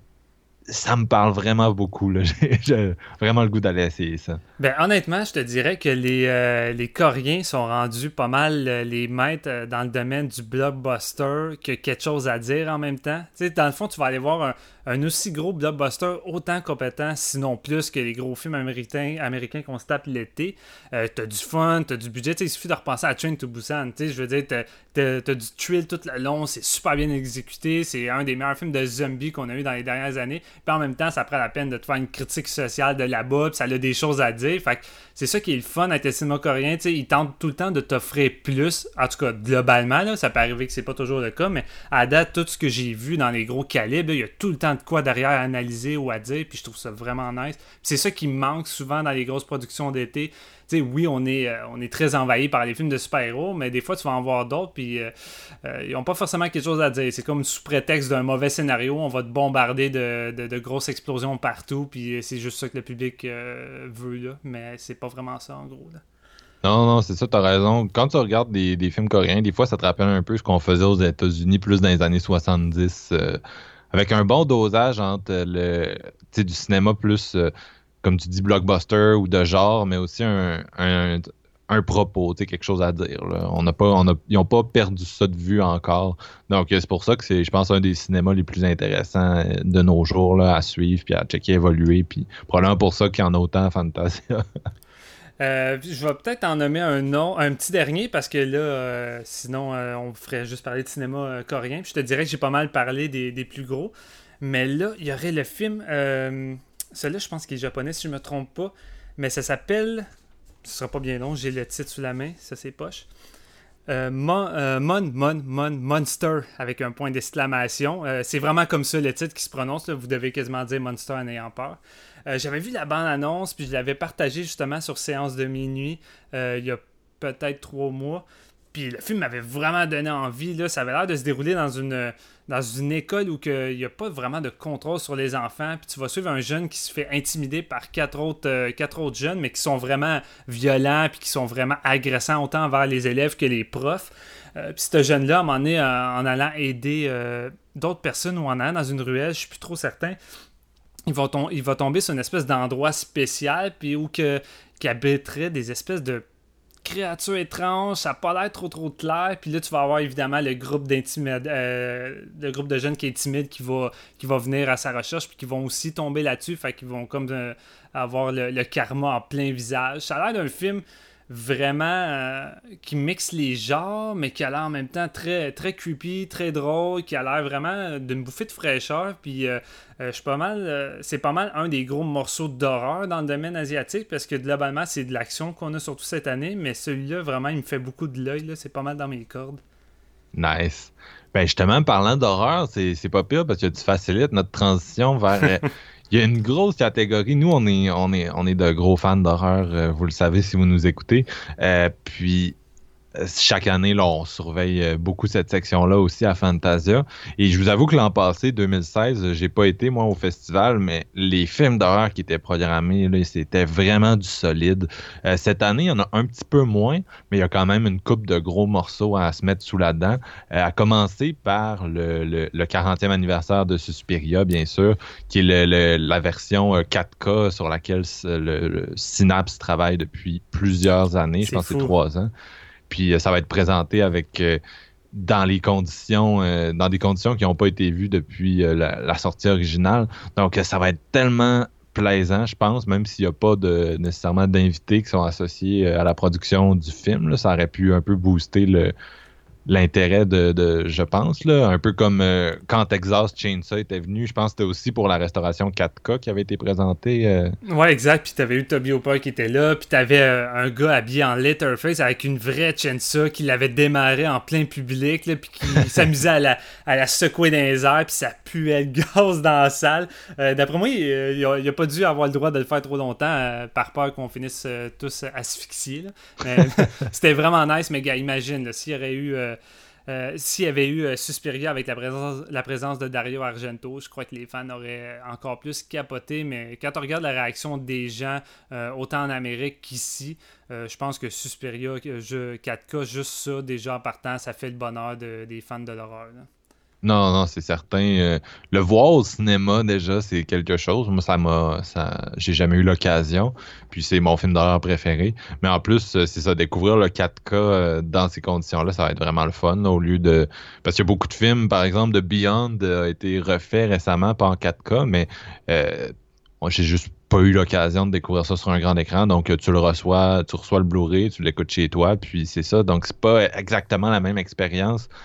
ça me parle vraiment beaucoup. Là. J'ai, j'ai vraiment le goût d'aller essayer ça. Ben, honnêtement, je te dirais que les, euh, les Coréens sont rendus pas mal euh, les maîtres euh, dans le domaine du blockbuster que quelque chose à dire en même temps. Tu sais, dans le fond, tu vas aller voir un, un aussi gros blockbuster autant compétent, sinon plus, que les gros films américains, américains qu'on se tape l'été. Euh, t'as du fun, t'as du budget. Il suffit de repenser à Train to Busan. Je veux dire, t'as, t'as, t'as du thrill tout le long. C'est super bien exécuté. C'est un des meilleurs films de zombies qu'on a eu dans les dernières années. puis en même temps, ça prend la peine de te faire une critique sociale de là-bas, puis ça a des choses à dire. Fait que c'est ça qui est le fun avec le cinéma coréen, tu sais, ils tentent tout le temps de t'offrir plus, en tout cas globalement, là, ça peut arriver que c'est pas toujours le cas, mais à date, tout ce que j'ai vu dans les gros calibres, il y a tout le temps de quoi derrière à analyser ou à dire, puis je trouve ça vraiment nice. Puis c'est ça qui me manque souvent dans les grosses productions d'été. Tu sais, oui, on est, euh, on est très envahi par les films de super-héros, mais des fois, tu vas en voir d'autres, puis euh, euh, ils n'ont pas forcément quelque chose à dire. C'est comme sous prétexte d'un mauvais scénario, on va te bombarder de, de, de grosses explosions partout, puis c'est juste ça que le public euh, veut, là. Mais c'est pas vraiment ça, en gros, là. Non, non, c'est ça, t'as raison. Quand tu regardes des, des films coréens, des fois, ça te rappelle un peu ce qu'on faisait aux États-Unis, plus dans les années soixante-dix, euh, avec un bon dosage entre le, tu sais, du cinéma plus... Euh, comme tu dis, blockbuster ou de genre, mais aussi un, un, un propos, tu sais, quelque chose à dire. Là. On n'a pas, on a, ils n'ont pas perdu ça de vue encore. Donc, c'est pour ça que c'est, je pense, un des cinémas les plus intéressants de nos jours là, à suivre puis à checker évoluer. Puis probablement pour ça qu'il y en a autant à Fantasia. Euh, je vais peut-être en nommer un nom, un petit dernier, parce que là, euh, sinon, euh, on ferait juste parler de cinéma euh, coréen. Puis je te dirais que j'ai pas mal parlé des, des plus gros. Mais là, il y aurait le film... Euh, celui-là, je pense qu'il est japonais, si je me trompe pas. Mais ça s'appelle... Ce sera pas bien long, j'ai le titre sous la main, ça c'est poche. Euh, Mon, euh, Mon, Mon, Mon, Monster, avec un point d'exclamation. Euh, c'est vraiment comme ça le titre qui se prononce. Là. Vous devez quasiment dire Monster en ayant peur. Euh, j'avais vu la bande-annonce, puis je l'avais partagé justement sur Séance de minuit euh, il y a peut-être trois mois. Puis le film m'avait vraiment donné envie. Là. Ça avait l'air de se dérouler dans une, dans une école où il n'y a pas vraiment de contrôle sur les enfants. Puis tu vas suivre un jeune qui se fait intimider par quatre autres, euh, quatre autres jeunes, mais qui sont vraiment violents puis qui sont vraiment agressants autant envers les élèves que les profs. Euh, puis ce jeune-là, à un moment donné, euh, en allant aider euh, d'autres personnes ou en allant dans une ruelle, je ne suis plus trop certain, il va, tom- il va tomber sur une espèce d'endroit spécial puis où que, qui habiterait des espèces de créature étrange, ça n'a pas l'air trop trop clair, puis là tu vas avoir évidemment le groupe d'intimid... euh, le groupe de jeunes qui est timide qui va, qui va venir à sa recherche, puis qui vont aussi tomber là-dessus, fait qu'ils vont comme euh, avoir le, le karma en plein visage. Ça a l'air d'un film vraiment euh, qui mixe les genres, mais qui a l'air en même temps très, très creepy, très drôle, qui a l'air vraiment d'une bouffée de fraîcheur, puis euh, euh, je suis pas mal, euh, c'est pas mal un des gros morceaux d'horreur dans le domaine asiatique, parce que globalement c'est de l'action qu'on a surtout cette année, mais celui-là vraiment il me fait beaucoup de l'œil, là, c'est pas mal dans mes cordes. Nice. Ben justement, parlant d'horreur, c'est, c'est pas pire parce que tu facilites notre transition vers... Il y a une grosse catégorie. Nous, on est, on est, on est de gros fans d'horreur, euh, vous le savez si vous nous écoutez. Euh, puis, chaque année, là, on surveille beaucoup cette section-là aussi à Fantasia. Et je vous avoue que l'an passé, deux mille seize, j'ai pas été, moi, au festival, mais les films d'horreur qui étaient programmés, là, c'était vraiment du solide. Euh, cette année, il y en a un petit peu moins, mais il y a quand même une couple de gros morceaux à se mettre sous la dent. Euh, à commencer par le, le, le quarantième anniversaire de Suspiria, bien sûr, qui est le, le, la version quatre K sur laquelle le, le Synapse travaille depuis plusieurs années, C'est je pense fou. que c'est trois ans. Puis ça va être présenté avec euh, dans les conditions, euh, dans des conditions qui n'ont pas été vues depuis euh, la, la sortie originale. Donc ça va être tellement plaisant, je pense, même s'il n'y a pas de nécessairement d'invités qui sont associés à la production du film. Là, ça aurait pu un peu booster le l'intérêt de, de je pense, là, un peu comme euh, quand Texas Chainsaw était venu, je pense que c'était aussi pour la restauration quatre K qui avait été présentée. Euh... Ouais, exact, puis t'avais eu Toby Hooper qui était là, puis t'avais euh, un gars habillé en Letterface avec une vraie chainsaw qui l'avait démarré en plein public, là, puis qui s'amusait à la, à la secouer dans les airs, puis ça puait le gaz dans la salle. Euh, d'après moi, il, il, a, il a pas dû avoir le droit de le faire trop longtemps, euh, par peur qu'on finisse euh, tous asphyxiés, là. Mais c'était vraiment nice, mais gars, imagine, là, s'il y aurait eu... Euh, Euh, s'il y avait eu euh, Suspiria avec la présence, la présence de Dario Argento, je crois que les fans auraient encore plus capoté, mais quand on regarde la réaction des gens, euh, autant en Amérique qu'ici, euh, je pense que Suspiria, jeu quatre K, juste ça, déjà en partant, ça fait le bonheur de, des fans de l'horreur, là. Non, non, c'est certain. Euh, le voir au cinéma, déjà, c'est quelque chose. Moi, ça m'a... ça j'ai jamais eu l'occasion. Puis c'est mon film d'horreur préféré. Mais en plus, c'est ça, découvrir le quatre K euh, dans ces conditions-là, ça va être vraiment le fun, là, au lieu de... Parce qu'il y a beaucoup de films, par exemple, de Beyond a été refait récemment, pas en quatre K, mais euh, moi, j'ai juste pas eu l'occasion de découvrir ça sur un grand écran. Donc, tu le reçois, tu reçois le Blu-ray, tu l'écoutes chez toi, puis c'est ça. Donc, c'est pas exactement la même expérience.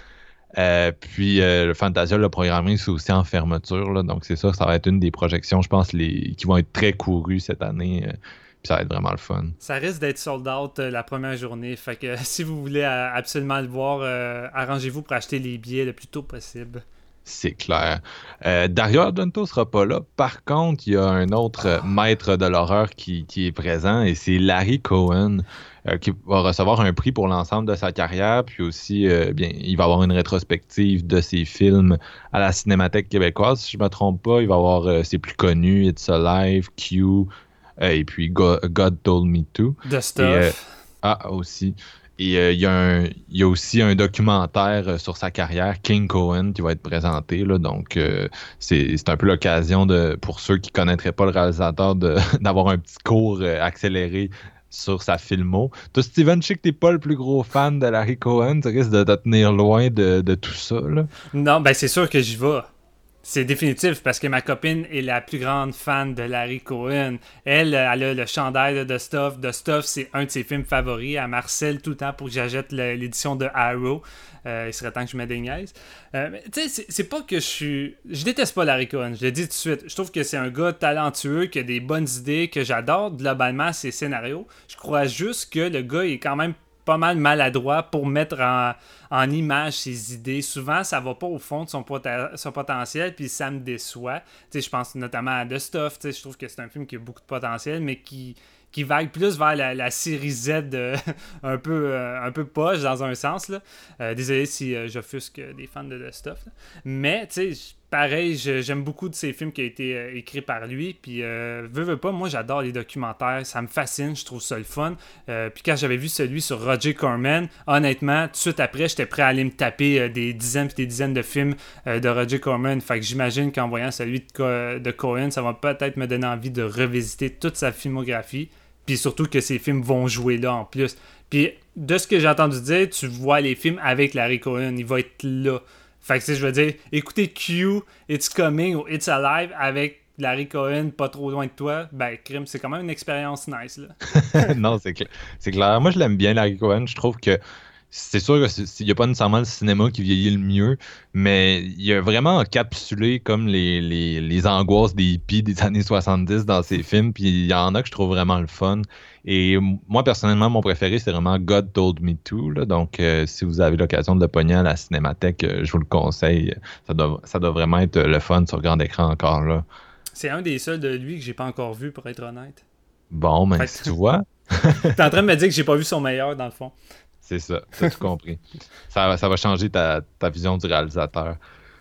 Euh, puis euh, le Fantasia l'a programmé, c'est aussi en fermeture. Là, donc c'est ça, ça va être une des projections, je pense, les, qui vont être très courues cette année. Euh, puis ça va être vraiment le fun. Ça risque d'être sold out euh, la première journée. Fait que si vous voulez euh, absolument le voir, euh, arrangez-vous pour acheter les billets le plus tôt possible. C'est clair. Euh, Dario Argento sera pas là. Par contre, il y a un autre euh, maître de l'horreur qui, qui est présent et c'est Larry Cohen euh, qui va recevoir un prix pour l'ensemble de sa carrière. Puis aussi, euh, bien, il va avoir une rétrospective de ses films à la Cinémathèque québécoise. Si je me trompe pas, il va avoir euh, ses plus connus, It's Alive, Q, euh, et puis God, God Told Me To. The Stuff. Et, euh, ah, aussi. Et euh, il, y a un, il y a aussi un documentaire euh, sur sa carrière, King Cohen, qui va être présenté. Là, donc, euh, c'est, c'est un peu l'occasion de, pour ceux qui ne connaîtraient pas le réalisateur de, d'avoir un petit cours euh, accéléré sur sa filmo. Toi, Steven, je sais que t'es pas le plus gros fan de Larry Cohen. Tu risques de te tenir loin de, de tout ça. Là. Non, ben c'est sûr que j'y vais. C'est définitif parce que ma copine est la plus grande fan de Larry Cohen. Elle, elle a le chandail de The Stuff. The Stuff, c'est un de ses films favoris. Elle marcelle tout le temps pour que j'achète l'édition de Arrow. Euh, il serait temps que je me déniaise. Euh, tu sais, c'est, c'est pas que je suis... Je déteste pas Larry Cohen, je le dis tout de suite. Je trouve que c'est un gars talentueux, qui a des bonnes idées, que j'adore globalement ses scénarios. Je crois juste que le gars est quand même pas mal maladroit pour mettre en, en image ses idées. Souvent, ça va pas au fond de son, pot- son potentiel, puis ça me déçoit. Tu sais, je pense notamment à The Stuff. Tu sais, je trouve que c'est un film qui a beaucoup de potentiel, mais qui, qui vague plus vers la, la série Z euh, un peu euh, un peu poche dans un sens. Là. Euh, désolé si euh, j'offusque des fans de The Stuff. Là. Mais, tu sais, pareil, je, j'aime beaucoup de ces films qui ont été euh, écrits par lui. Puis, euh, veux, veux pas, moi, j'adore les documentaires. Ça me fascine, je trouve ça le fun. Euh, puis, quand j'avais vu celui sur Roger Corman, honnêtement, tout de suite après, j'étais prêt à aller me taper euh, des dizaines et des dizaines de films euh, de Roger Corman. Fait que j'imagine qu'en voyant celui de, Co- de Cohen, ça va peut-être me donner envie de revisiter toute sa filmographie. Puis surtout que ces films vont jouer là en plus. Puis, de ce que j'ai entendu dire, tu vois les films avec Larry Cohen. Il va être là. Fait que, si je veux dire, écouter Q, It's Coming ou It's Alive avec Larry Cohen pas trop loin de toi, ben, crime, c'est quand même une expérience nice, là. Non, c'est, cl- c'est clair. Moi, je l'aime bien, Larry Cohen. Je trouve que c'est sûr qu'il n'y a pas nécessairement le cinéma qui vieillit le mieux, mais il a vraiment encapsulé comme les, les, les angoisses des hippies des années soixante-dix dans ses films, puis il y en a que je trouve vraiment le fun. Et moi, personnellement, mon préféré, c'est vraiment God Told Me To. Là. Donc, euh, si vous avez l'occasion de le pogner à la Cinémathèque, euh, je vous le conseille. Ça doit, ça doit vraiment être le fun sur grand écran encore là. C'est un des seuls de lui que j'ai pas encore vu, pour être honnête. Bon, mais Fait si que- tu vois, T'es en train de me dire que j'ai pas vu son meilleur, dans le fond. c'est ça, t'as tout compris. Ça, va- ça va changer ta, ta vision du réalisateur.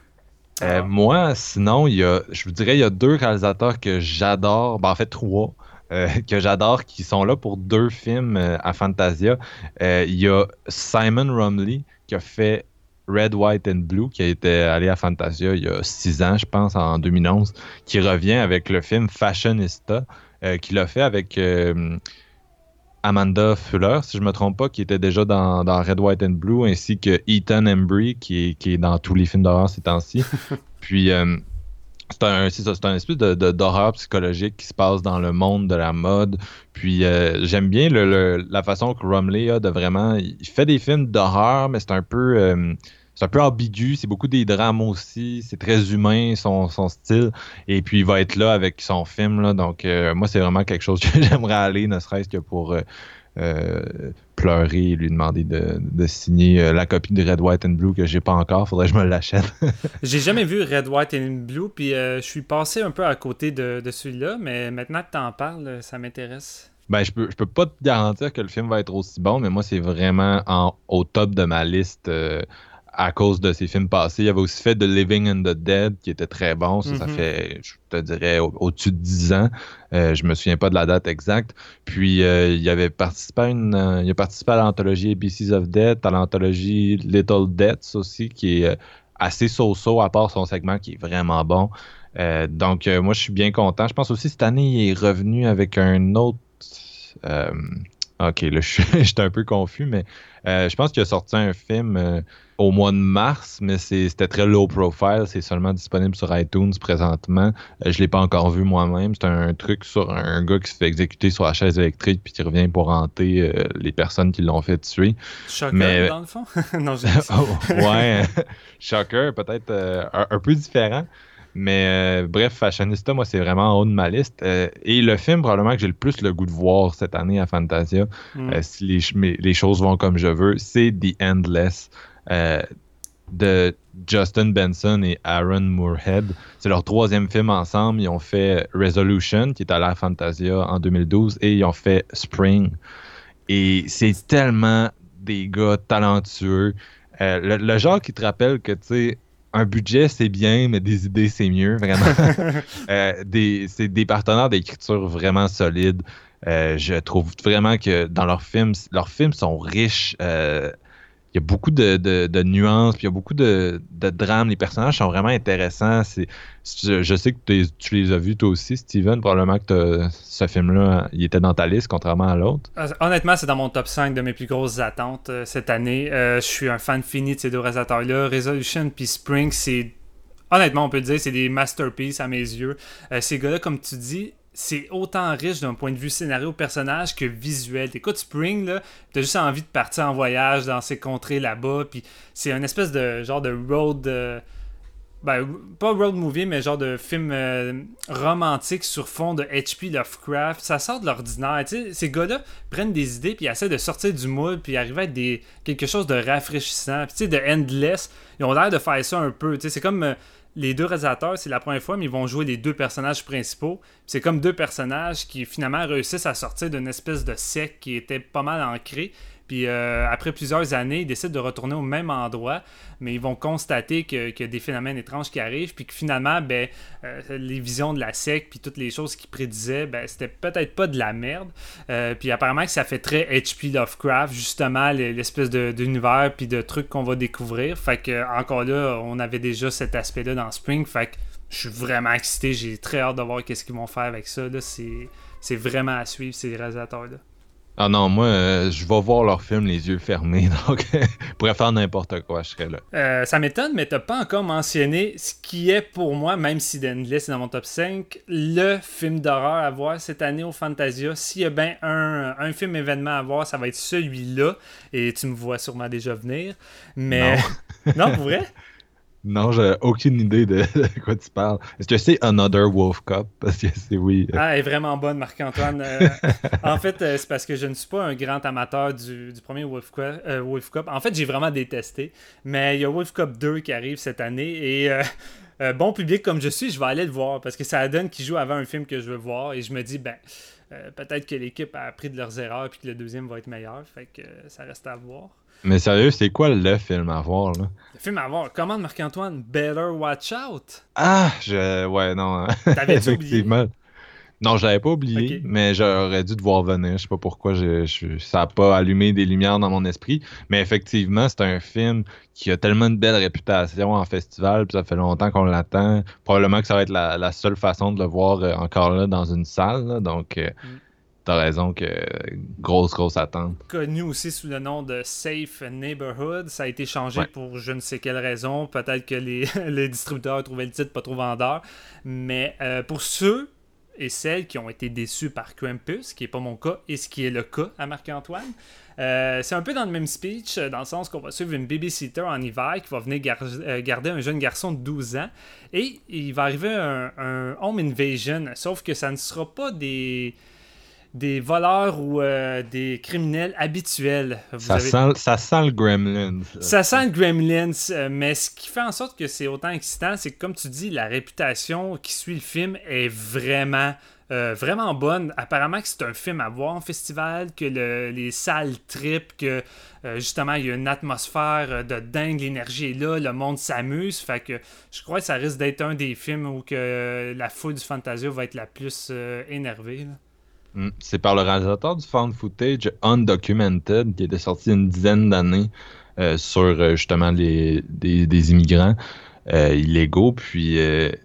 Euh, Ah. moi, sinon, il y a, je vous dirais, il y a deux réalisateurs que j'adore, ben, en fait trois, euh, que j'adore, qui sont là pour deux films euh, à Fantasia. Euh, il y a Simon Rumley qui a fait Red, White and Blue, qui a été allé à Fantasia il y a six ans, je pense, en deux mille onze, qui revient avec le film Fashionista, euh, qu'il a fait avec euh, Amanda Fuller, si je me trompe pas, qui était déjà dans, dans Red, White and Blue, ainsi que Ethan Embry, qui est, qui est dans tous les films d'horreur ces temps-ci. Puis, euh, c'est un, c'est ça, c'est un espèce de, de- d'horreur psychologique qui se passe dans le monde de la mode. Puis, euh, j'aime bien le, le- la façon que Rumley a de vraiment... Il fait des films d'horreur, mais c'est un peu... euh, c'est un peu ambigu, c'est beaucoup des drames aussi, c'est très humain son, son style, et puis il va être là avec son film, là, donc euh, moi c'est vraiment quelque chose que j'aimerais aller, ne serait-ce que pour euh, euh, pleurer et lui demander de, de signer euh, la copie de Red, White and Blue que j'ai pas encore, faudrait que je me l'achète. J'ai jamais vu Red, White and Blue, puis euh, je suis passé un peu à côté de, de celui-là, mais maintenant que t'en parles, ça m'intéresse. Ben, je peux, je peux pas te garantir que le film va être aussi bon, mais moi, c'est vraiment en, au top de ma liste euh, à cause de ses films passés. Il avait aussi fait The Living and the Dead, qui était très bon. Ça, ça Mhm. fait, je te dirais, au- au-dessus de dix ans. Euh, je me souviens pas de la date exacte. Puis, euh, il avait participé à une, euh, il a participé à l'anthologie A B Cs of Death, à l'anthologie Little Deaths aussi, qui est euh, assez so-so, à part son segment qui est vraiment bon. Euh, donc, euh, moi, je suis bien content. Je pense aussi cette année, il est revenu avec un autre... euh, Ok, là, je suis j'étais un peu confus, mais euh, je pense qu'il a sorti un film euh, au mois de mars, mais c'est- c'était très low profile. C'est seulement disponible sur iTunes présentement. Euh, je l'ai pas encore vu moi-même. C'est un truc sur un gars qui se fait exécuter sur la chaise électrique puis qui revient pour hanter euh, les personnes qui l'ont fait tuer. Shocker, Mais dans le fond. Non, j'ai dit ça. oh, ouais, Shocker, peut-être euh, un, un peu différent. Mais euh, bref, Fashionista, moi, c'est vraiment en haut de ma liste. Euh, et le film, probablement, que j'ai le plus le goût de voir cette année à Fantasia, Mm. euh, si les, ch- mais les choses vont comme je veux, c'est The Endless euh, de Justin Benson et Aaron Moorhead. C'est leur troisième film ensemble. Ils ont fait Resolution, qui est à la Fantasia en deux mille douze, et ils ont fait Spring. Et c'est tellement des gars talentueux. Euh, le, le genre qui te rappelle que, tu sais, un budget, c'est bien, mais des idées, c'est mieux, vraiment. Euh, des, c'est des partenaires d'écriture vraiment solides. Euh, je trouve vraiment que dans leurs films, leurs films sont riches. Euh, il y a beaucoup de, de, de nuances, puis il y a beaucoup de, de drames. Les personnages sont vraiment intéressants. C'est, je, je sais que t'es- tu les as vus toi aussi, Steven. Probablement que t'as- ce film-là, il était dans ta liste, contrairement à l'autre. Euh, Honnêtement, c'est dans mon top cinq de mes plus grosses attentes euh, cette année. Euh, je suis un fan fini de ces deux réalisateurs-là. Resolution puis Spring, c'est... Honnêtement, on peut le dire, c'est des masterpieces à mes yeux. Euh, ces gars-là, comme tu dis, c'est autant riche d'un point de vue scénario, personnage que visuel. T'écoutes Spring, là, t'as juste envie de partir en voyage dans ces contrées là-bas, puis c'est un espèce de genre de road... euh, ben, pas road movie, mais genre de film euh, romantique sur fond de H P Lovecraft. Ça sort de l'ordinaire. Tu sais, ces gars-là prennent des idées puis essaient de sortir du moule puis arriver à être des, quelque chose de rafraîchissant. Puis tu sais, de Endless, ils ont l'air de faire ça un peu. Tu sais, c'est comme euh, les deux réalisateurs, c'est la première fois, mais ils vont jouer les deux personnages principaux. Puis c'est comme deux personnages qui finalement réussissent à sortir d'une espèce de secte qui était pas mal ancrée. Puis euh, après plusieurs années, ils décident de retourner au même endroit, mais ils vont constater que- qu'il y a des phénomènes étranges qui arrivent, puis que finalement, ben, euh, les visions de la secte, puis toutes les choses qu'ils prédisaient, ben, c'était peut-être pas de la merde. Euh, puis apparemment que ça fait très H P Lovecraft, justement, l- l'espèce de- d'univers, puis de trucs qu'on va découvrir. Fait que encore là, on avait déjà cet aspect-là dans Spring, fait que je suis vraiment excité, j'ai très hâte de voir qu'est-ce qu'ils vont faire avec ça. Là. C'est, c'est vraiment à suivre, ces réalisateurs-là. Ah non, moi, euh, je vais voir leur film les yeux fermés, donc je pourrais faire n'importe quoi, je serais là. Euh, ça m'étonne, mais t'as pas encore mentionné ce qui est pour moi, même si The Endless est dans mon top cinq, le film d'horreur à voir cette année au Fantasia. S'il y a bien un, un film événement à voir, ça va être celui-là. Et tu me vois sûrement déjà venir. Mais. Non, pour vrai? Non, j'ai aucune idée de, de quoi tu parles. Est-ce que c'est Another Wolf Cup? Parce que c'est oui. Ah, elle est vraiment bonne, Marc-Antoine. Euh, en fait, euh, c'est parce que je ne suis pas un grand amateur du, du premier Wolf Cup, euh, Wolf Cup. En fait, j'ai vraiment détesté. Mais il y a Wolf Cup deux qui arrive cette année. Et euh, euh, bon public comme je suis, je vais aller le voir. Parce que ça donne qu'ils jouent avant un film que je veux voir. Et je me dis, ben, euh, peut-être que l'équipe a appris de leurs erreurs et que le deuxième va être meilleur. Fait que euh, ça reste à voir. Mais sérieux, c'est quoi le film à voir, là? Le film à voir. Commande Marc-Antoine, Better Watch Out. Ah, je... Ouais, non. T'avais-tu oublié? Effectivement. Non, je l'avais pas oublié, Ok. mais j'aurais dû devoir venir. Je sais pas pourquoi je, je- ça a pas allumé des lumières dans mon esprit. Mais effectivement, c'est un film qui a tellement une belle réputation en festival, puis ça fait longtemps qu'on l'attend. Probablement que ça va être la, la seule façon de le voir euh, encore là dans une salle, là. Donc, euh, Mm. t'as raison que euh, grosse, grosse attente. Connu aussi sous le nom de Safe Neighborhood. Ça a été changé Ouais. pour je ne sais quelle raison. Peut-être que les, les distributeurs trouvaient le titre pas trop vendeur. Mais euh, pour ceux et celles qui ont été déçus par Krampus, ce qui n'est pas mon cas et ce qui est le cas à Marc-Antoine, euh, c'est un peu dans le même speech, euh, dans le sens qu'on va suivre une babysitter en hiver qui va venir gar- euh, garder un jeune garçon de douze ans. Et il va arriver un, un home invasion, sauf que ça ne sera pas des... des voleurs ou euh, des criminels habituels. Vous Ça, avez- sent, ça sent le Gremlins. là. ça sent le Gremlins, euh, mais ce qui fait en sorte que c'est autant excitant, c'est que, comme tu dis, la réputation qui suit le film est vraiment, euh, vraiment bonne. Apparemment que c'est un film à voir en festival, que le- les salles tripent, que euh, justement, il y a une atmosphère euh, de dingue, l'énergie est là, le monde s'amuse. Fait que je crois que ça risque d'être un des films où que euh, la foule du Fantasia va être la plus euh, énervée, là. Mm. C'est par le réalisateur du found footage Undocumented qui était sorti une dizaine d'années euh, sur euh, justement les, des, des immigrants euh, illégaux. Puis euh,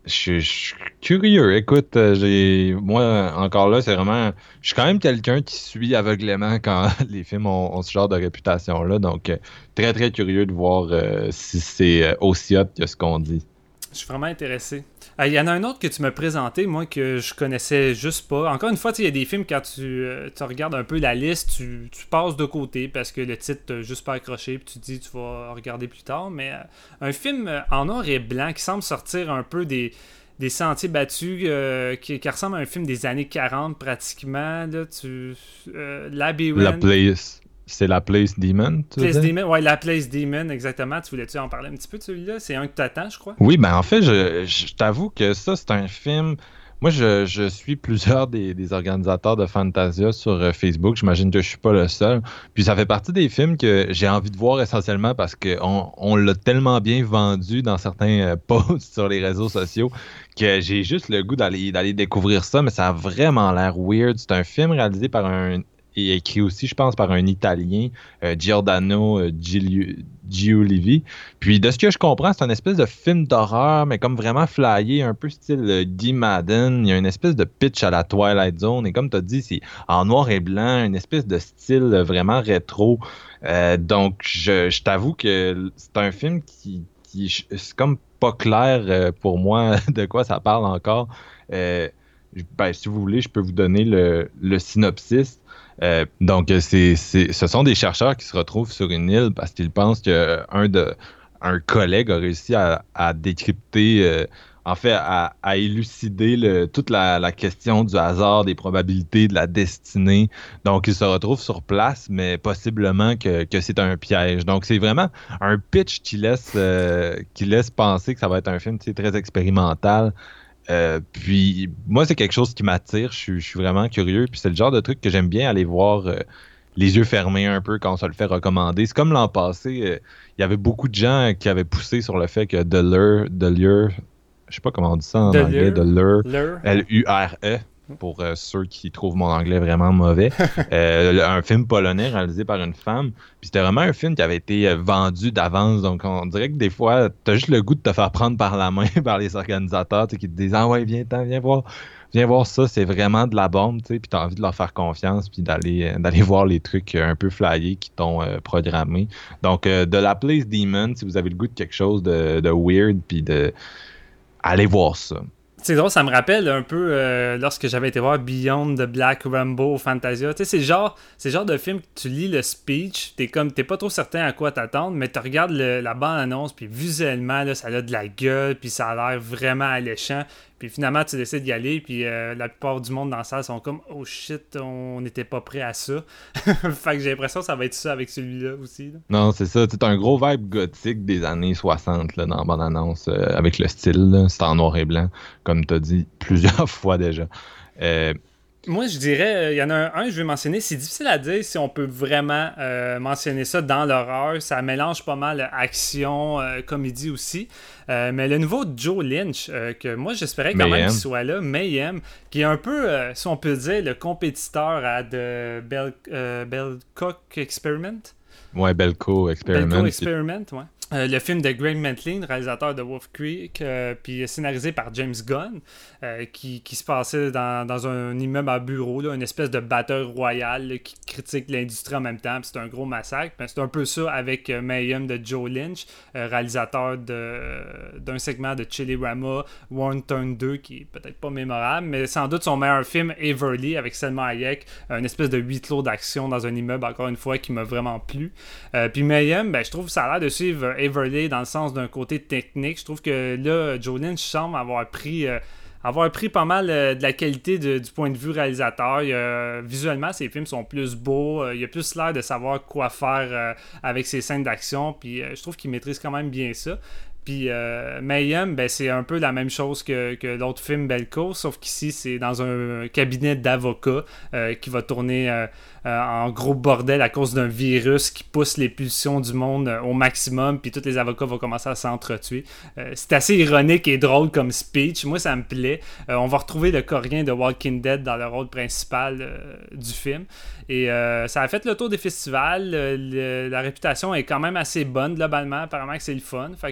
Je je suis curieux. Écoute, euh, j'ai moi encore là, c'est vraiment. Je suis quand même quelqu'un qui suit aveuglément quand les films ont, ont ce genre de réputation-là. Donc, euh, très très curieux de voir euh, si c'est euh, aussi hot que ce qu'on dit. Je suis vraiment intéressé. Il euh, y en a un autre que tu m'as présenté, moi, que je connaissais juste pas. Encore une fois, il y a des films, quand tu, euh, tu regardes un peu la liste, tu, tu passes de côté parce que le titre t'a juste pas accroché, puis tu te dis tu vas regarder plus tard. Mais euh, un film euh, en noir et blanc qui semble sortir un peu des, des sentiers battus, euh, qui, qui ressemble à un film des années quarante pratiquement. Là, tu, euh, Labyrinth. La place. C'est la Place Demon, tu Place veux dire? Demon, ouais, la Place Demon, exactement. Tu voulais-tu en parler un petit peu de celui-là? C'est un que t'attends, je crois. Oui, ben en fait, je, je t'avoue que ça, c'est un film. Moi, je, je suis plusieurs des, des organisateurs de Fantasia sur euh, Facebook. J'imagine que je suis pas le seul. Puis ça fait partie des films que j'ai envie de voir essentiellement parce qu'on on, l'a tellement bien vendu dans certains euh, posts sur les réseaux sociaux que j'ai juste le goût d'aller, d'aller découvrir ça, mais ça a vraiment l'air weird. C'est un film réalisé par un et écrit aussi, je pense, par un Italien, euh, Giordano euh, Giuli- Giulivi. Puis, de ce que je comprends, c'est une espèce de film d'horreur, mais comme vraiment flyé, un peu style euh, Guy Madden. Il y a une espèce de pitch à la Twilight Zone. Et comme tu as dit, c'est en noir et blanc, une espèce de style euh, vraiment rétro. Euh, donc, je, je t'avoue que c'est un film qui, qui c'est comme pas clair euh, pour moi de quoi ça parle encore. Euh, ben, si vous voulez, je peux vous donner le, le synopsis. Euh, donc, c'est, c'est, ce sont des chercheurs qui se retrouvent sur une île parce qu'ils pensent qu'un de, un collègue a réussi à, à décrypter, euh, en fait, à, à élucider le, toute la, la question du hasard, des probabilités, de la destinée. Donc, ils se retrouvent sur place, mais possiblement que, que c'est un piège. Donc, c'est vraiment un pitch qui laisse, euh, qui laisse penser que ça va être un film très expérimental. Euh, puis moi, c'est quelque chose qui m'attire. Je suis, je suis vraiment curieux. Puis c'est le genre de truc que j'aime bien aller voir euh, les yeux fermés un peu quand on se le fait recommander. C'est comme l'an passé, euh, il y avait beaucoup de gens qui avaient poussé sur le fait que The Lure, The Lure, je sais pas comment on dit ça en The anglais, Lure. The Lure, Lure. L U R E, pour euh, ceux qui trouvent mon anglais vraiment mauvais. euh, un film polonais réalisé par une femme. Puis c'était vraiment un film qui avait été euh, vendu d'avance. Donc on dirait que des fois, t'as juste le goût de te faire prendre par la main par les organisateurs, tu sais, qui te disent « Ah ouais, viens, t'en, viens voir. Viens voir ça, c'est vraiment de la bombe. » tu sais, puis t'as envie de leur faire confiance puis d'aller, euh, d'aller voir les trucs euh, un peu flyés qui t'ont euh, programmé. Donc, euh, de la Place Demon, si vous avez le goût de quelque chose de, de weird, puis de... allez voir ça. C'est drôle, ça me rappelle un peu euh, lorsque j'avais été voir Beyond the Black Rainbow au Fantasia. Tu sais, c'est le genre, c'est le genre de film que tu lis le speech, t'es comme, t'es pas trop certain à quoi t'attendre, mais tu regardes le, la bande-annonce, puis visuellement, là, ça a de la gueule, puis ça a l'air vraiment alléchant. Puis finalement, tu décides d'y aller, puis euh, la plupart du monde dans la salle sont comme « Oh shit, on n'était pas prêt à ça. » Fait que j'ai l'impression que ça va être ça avec celui-là aussi. Là. Non, c'est ça. C'est un gros vibe gothique des années soixante là, dans la bande-annonce, euh, avec le style. Là. C'est en noir et blanc, comme tu as dit plusieurs fois déjà. Euh, Moi, je dirais, il y en a un, un, je vais mentionner, c'est difficile à dire si on peut vraiment euh, mentionner ça dans l'horreur. Ça mélange pas mal action, euh, comédie aussi. Euh, mais le nouveau Joe Lynch, euh, que moi j'espérais quand Mayhem. même qu'il soit là, Mayhem, qui est un peu, euh, si on peut dire, le compétiteur à The Bell, euh, Bellcock Experiment. ouais, Belko Experiment. Belko Experiment, ouais. Euh, le film de Greg Mentlin, réalisateur de Wolf Creek, euh, puis scénarisé par James Gunn, euh, qui, qui se passait dans, dans un immeuble à bureau, là, une espèce de batteur royal là, qui critique l'industrie en même temps, puis c'est un gros massacre. Ben, c'est un peu ça avec euh, Mayhem de Joe Lynch, euh, réalisateur de, d'un segment de Chillerama, One Turn deux, qui est peut-être pas mémorable, mais sans doute son meilleur film, Everly, avec Selma Hayek, une espèce de huis clos d'action dans un immeuble, encore une fois, qui m'a vraiment plu. Euh, puis Mayhem, ben, je trouve que ça a l'air de suivre Everly dans le sens d'un côté technique. Je trouve que là, Joe Lynch semble avoir pris, euh, avoir pris pas mal euh, de la qualité de, du point de vue réalisateur. Il, euh, visuellement, ses films sont plus beaux. Euh, il a plus l'air de savoir quoi faire euh, avec ses scènes d'action. Puis euh, je trouve qu'il maîtrise quand même bien ça. Puis euh, Mayhem, ben, c'est un peu la même chose que, que l'autre film Belko, sauf qu'ici, c'est dans un cabinet d'avocats euh, qui va tourner euh, euh, en gros bordel à cause d'un virus qui pousse les pulsions du monde euh, au maximum, puis tous les avocats vont commencer à s'entretuer. Euh, c'est assez ironique et drôle comme speech. Moi, ça me plaît. Euh, on va retrouver le Coréen de Walking Dead dans le rôle principal euh, du film. Et euh, ça a fait le tour des festivals. Le, le, la réputation est quand même assez bonne, globalement. Apparemment que c'est le fun. Fait que moi, je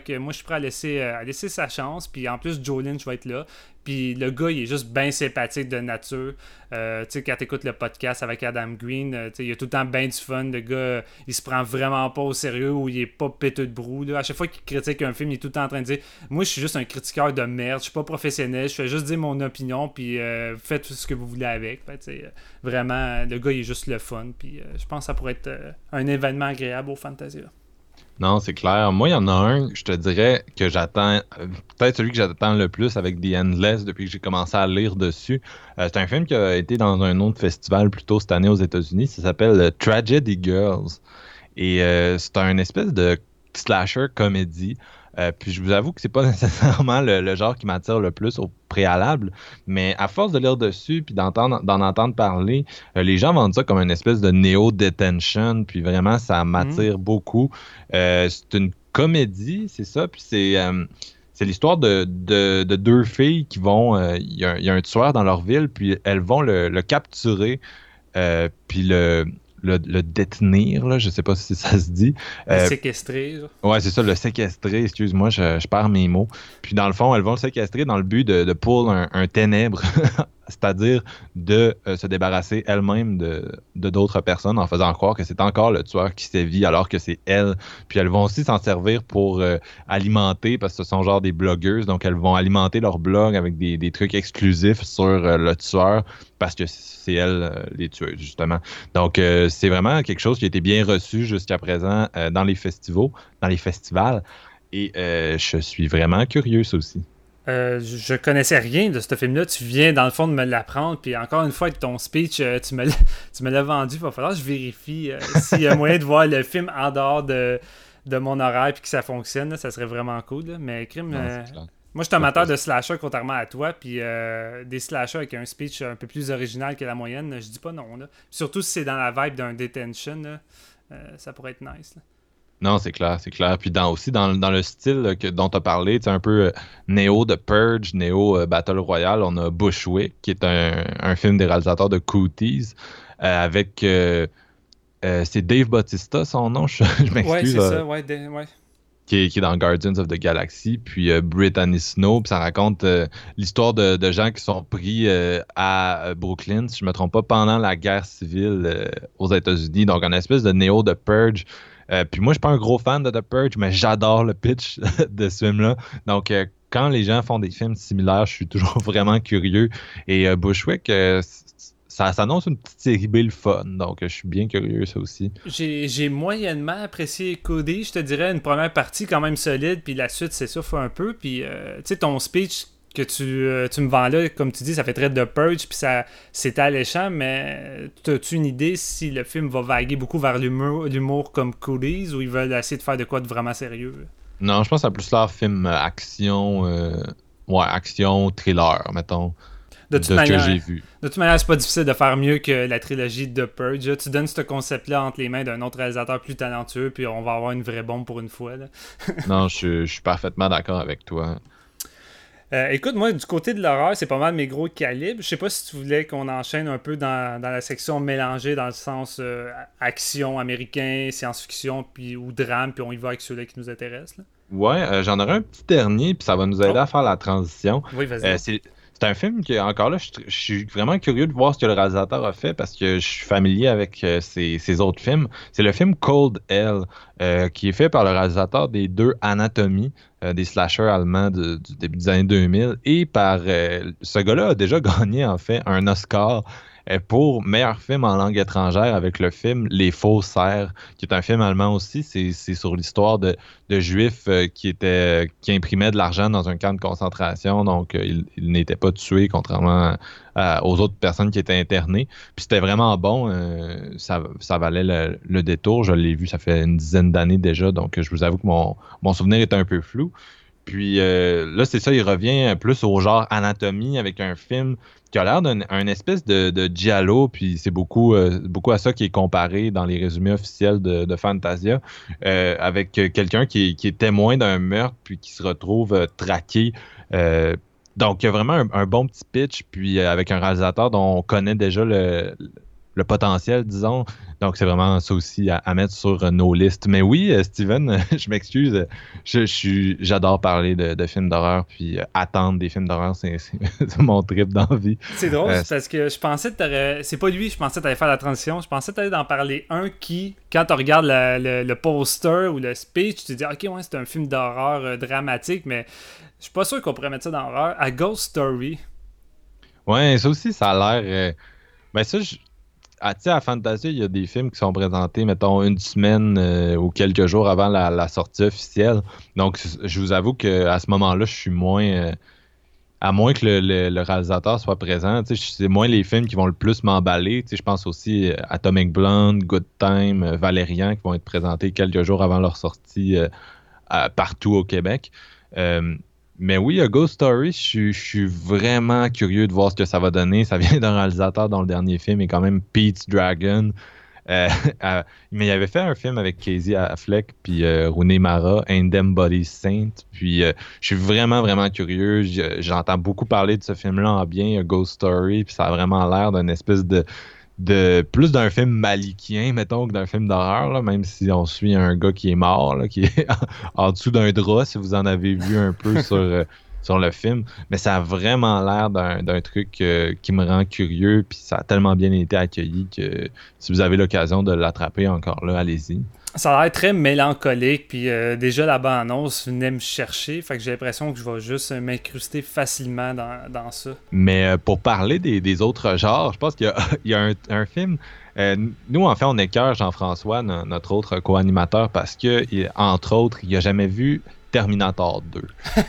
suis prêt à laisser, euh, à laisser sa chance. Puis en plus, Joe Lynch va être là. Puis le gars, il est juste bien sympathique de nature. Euh, tu sais, quand t'écoutes le podcast avec Adam Green, euh, tu sais, il a tout le temps bien du fun. Le gars, il se prend vraiment pas au sérieux ou il est pas péteux de brou. Là. À chaque fois qu'il critique un film, il est tout le temps en train de dire « Moi, je suis juste un critiqueur de merde. Je suis pas professionnel. Je fais juste dire mon opinion. Puis euh, faites tout ce que vous voulez avec. Ben, » euh, Vraiment, le gars, il est juste le fun. Puis euh, je pense que ça pourrait être euh, un événement agréable au Fantasia. Non, c'est clair. Moi, il y en a un, je te dirais, que j'attends, euh, peut-être celui que j'attends le plus avec The Endless depuis que j'ai commencé à lire dessus. Euh, c'est un film qui a été dans un autre festival plus tôt cette année aux États-Unis. Ça s'appelle euh, Tragedy Girls. Et euh, c'est un espèce de slasher comédie. Euh, puis je vous avoue que c'est pas nécessairement le, le genre qui m'attire le plus au préalable, mais à force de lire dessus puis d'entendre, d'en entendre parler, euh, les gens vendent ça comme une espèce de néo-detention, puis vraiment ça m'attire mmh. beaucoup. Euh, c'est une comédie, c'est ça, puis c'est, euh, c'est l'histoire de, de, de deux filles qui vont, il euh, y, y a un tueur dans leur ville, puis elles vont le, le capturer, euh, puis le... Le, le détenir, là, je sais pas si ça se dit. Le euh, séquestrer. Genre. Ouais, c'est ça, le séquestrer, excuse-moi, je, je perds mes mots. Puis dans le fond, elles vont le séquestrer dans le but de, de pull un, un ténèbre, c'est-à-dire de euh, se débarrasser elles-mêmes de, de d'autres personnes en faisant croire que c'est encore le tueur qui sévit alors que c'est elles. Puis elles vont aussi s'en servir pour euh, alimenter, parce que ce sont genre des blogueuses, donc elles vont alimenter leur blog avec des, des trucs exclusifs sur euh, le tueur, parce que c'est elles euh, les tueuses, justement. Donc, euh, c'est vraiment quelque chose qui a été bien reçu jusqu'à présent euh, dans les festivals, dans les festivals. Et euh, je suis vraiment curieux, ça aussi. Euh, je connaissais rien de ce film-là. Tu viens, dans le fond, de me l'apprendre. Puis encore une fois, avec ton speech, euh, tu, me l'as, tu me l'as vendu. Il va falloir que je vérifie euh, s'il y a moyen de voir le film en dehors de, de mon horaire puis que ça fonctionne. Là, ça serait vraiment cool. Là. Mais crime... Non, euh, moi, je suis amateur de slasher, contrairement à toi, puis euh, des slashers avec un speech un peu plus original que la moyenne, je dis pas non. Là. Surtout si c'est dans la vibe d'un detention, là, euh, ça pourrait être nice. Là. Non, c'est clair, c'est clair. Puis dans, aussi, dans, dans le style là, que, dont tu as parlé, tu sais, un peu euh, néo de Purge, néo euh, Battle Royale, on a Bushwick, qui est un, un film des réalisateurs de Cooties, euh, avec... Euh, euh, c'est Dave Bautista, son nom, je, je m'excuse. Ouais, c'est euh, ça, ouais, de, ouais. Qui est, qui est dans Guardians of the Galaxy, puis euh, Brittany Snow, puis ça raconte euh, l'histoire de, de gens qui sont pris euh, à Brooklyn, si je me trompe pas, pendant la guerre civile euh, aux États-Unis, donc une espèce de néo de Purge. Euh, puis moi, je suis pas un gros fan de The Purge, mais j'adore le pitch de ce film-là. Donc, euh, quand les gens font des films similaires, je suis toujours vraiment curieux. Et euh, Bushwick, euh, ça s'annonce une petite série B le fun, donc je suis bien curieux, ça aussi. J'ai, j'ai moyennement apprécié Cody, je te dirais, une première partie quand même solide, puis la suite s'essouffle un peu, puis euh, tu sais, ton speech que tu, euh, tu me vends là, comme tu dis, ça fait très de Purge, puis ça, c'est alléchant, mais as-tu une idée si le film va vaguer beaucoup vers l'humour, l'humour comme Cody's, ou ils veulent essayer de faire de quoi de vraiment sérieux? Non, je pense que ça a plus l'air film euh, action, euh, ouais, action, thriller, mettons. De toute, de manière, ce que j'ai vu. De toute manière, c'est pas difficile de faire mieux que la trilogie de Purge. Là, tu donnes ce concept-là entre les mains d'un autre réalisateur plus talentueux, puis on va avoir une vraie bombe pour une fois. Là. Non, je, je suis parfaitement d'accord avec toi. Euh, écoute, moi, du côté de l'horreur, c'est pas mal mes gros calibres. Je sais pas si tu voulais qu'on enchaîne un peu dans, dans la section mélangée, dans le sens euh, action américain, science-fiction puis, ou drame, puis on y va avec ceux-là qui nous intéressent. Là. Ouais, euh, j'en aurai un petit dernier, puis ça va nous aider oh. à faire la transition. Oui, vas-y. Euh, c'est... C'est un film qui, encore là, je, je suis vraiment curieux de voir ce que le réalisateur a fait parce que je suis familier avec euh, ses, ses autres films. C'est le film Cold Hell, euh, qui est fait par le réalisateur des deux Anatomie, euh, des slashers allemands de, du début des années deux mille, et par euh, ce gars-là a déjà gagné en fait un Oscar euh, pour meilleur film en langue étrangère avec le film Les Faussaires, qui est un film allemand aussi. C'est, c'est sur l'histoire de, de juifs euh, qui étaient qui imprimaient de l'argent dans un camp de concentration, donc euh, ils, ils n'étaient pas tués contrairement à, aux autres personnes qui étaient internées. Puis c'était vraiment bon, euh, ça, ça valait le, le détour. Je l'ai vu, ça fait une dizaine d'années déjà, donc je vous avoue que mon, mon souvenir est un peu flou. Puis euh, là, c'est ça, il revient plus au genre Anatomie avec un film qui a l'air d'un un espèce de, de giallo, puis c'est beaucoup, euh, beaucoup à ça qui est comparé dans les résumés officiels de, de Fantasia, euh, avec quelqu'un qui est, qui est témoin d'un meurtre, puis qui se retrouve euh, traqué. Euh, donc, il y a vraiment un, un bon petit pitch, puis euh, avec un réalisateur dont on connaît déjà le, le potentiel, disons. Donc, c'est vraiment ça aussi à, à mettre sur euh, nos listes. Mais oui, euh, Steven, je m'excuse, je, je suis, j'adore parler de, de films d'horreur, puis euh, attendre des films d'horreur, c'est, c'est, c'est mon trip d'envie. C'est drôle, Euh, parce que je pensais que t'aurais... C'est pas lui, je pensais que t'allais faire la transition. Je pensais que t'allais en parler un qui, quand tu regardes la- le, le poster ou le speech, tu te dis « Ok, ouais, c'est un film d'horreur euh, dramatique, mais je suis pas sûr qu'on pourrait mettre ça dans l'horreur. » À Ghost Story. Ouais, ça aussi, ça a l'air. euh, Ben, ça, je- ah, tu sais, à Fantasia, il y a des films qui sont présentés, mettons, une semaine euh, ou quelques jours avant la, la sortie officielle. Donc, je vous avoue qu'à ce moment-là, je suis moins. euh, à moins que le, le- le réalisateur soit présent, tu sais, c'est moins les films qui vont le plus m'emballer. Tu sais, je pense aussi euh, Atomic Blonde, Good Time, euh, Valérian, qui vont être présentés quelques jours avant leur sortie euh, à- partout au Québec. Euh, mais oui, A Ghost Story, je suis je suis vraiment curieux de voir ce que ça va donner. Ça vient d'un réalisateur dont le dernier film est quand même Pete's Dragon. Euh, euh, mais il avait fait un film avec Casey Affleck puis euh, Rooney Mara, And Them Body Saint. Puis euh, je suis vraiment, vraiment curieux. J- J'entends beaucoup parler de ce film-là en bien, A Ghost Story, puis ça a vraiment l'air d'une espèce de, de plus d'un film malikien, mettons, que d'un film d'horreur, là, même si on suit un gars qui est mort, là, qui est en dessous d'un drap, si vous en avez vu un peu sur, euh, sur le film. Mais ça a vraiment l'air d'un, d'un truc euh, qui me rend curieux, puis ça a tellement bien été accueilli que si vous avez l'occasion de l'attraper encore là, allez-y. Ça a l'air très mélancolique, puis euh, déjà la bande-annonce venait me chercher, fait que j'ai l'impression que je vais juste euh, m'incruster facilement dans, dans ça. Mais euh, pour parler des, des autres genres, je pense qu'il y a, il y a un, un film. euh, nous, en fait, on écœure Jean-François, no- notre autre co-animateur, parce que, il- entre autres, il n'a jamais vu Terminator deux.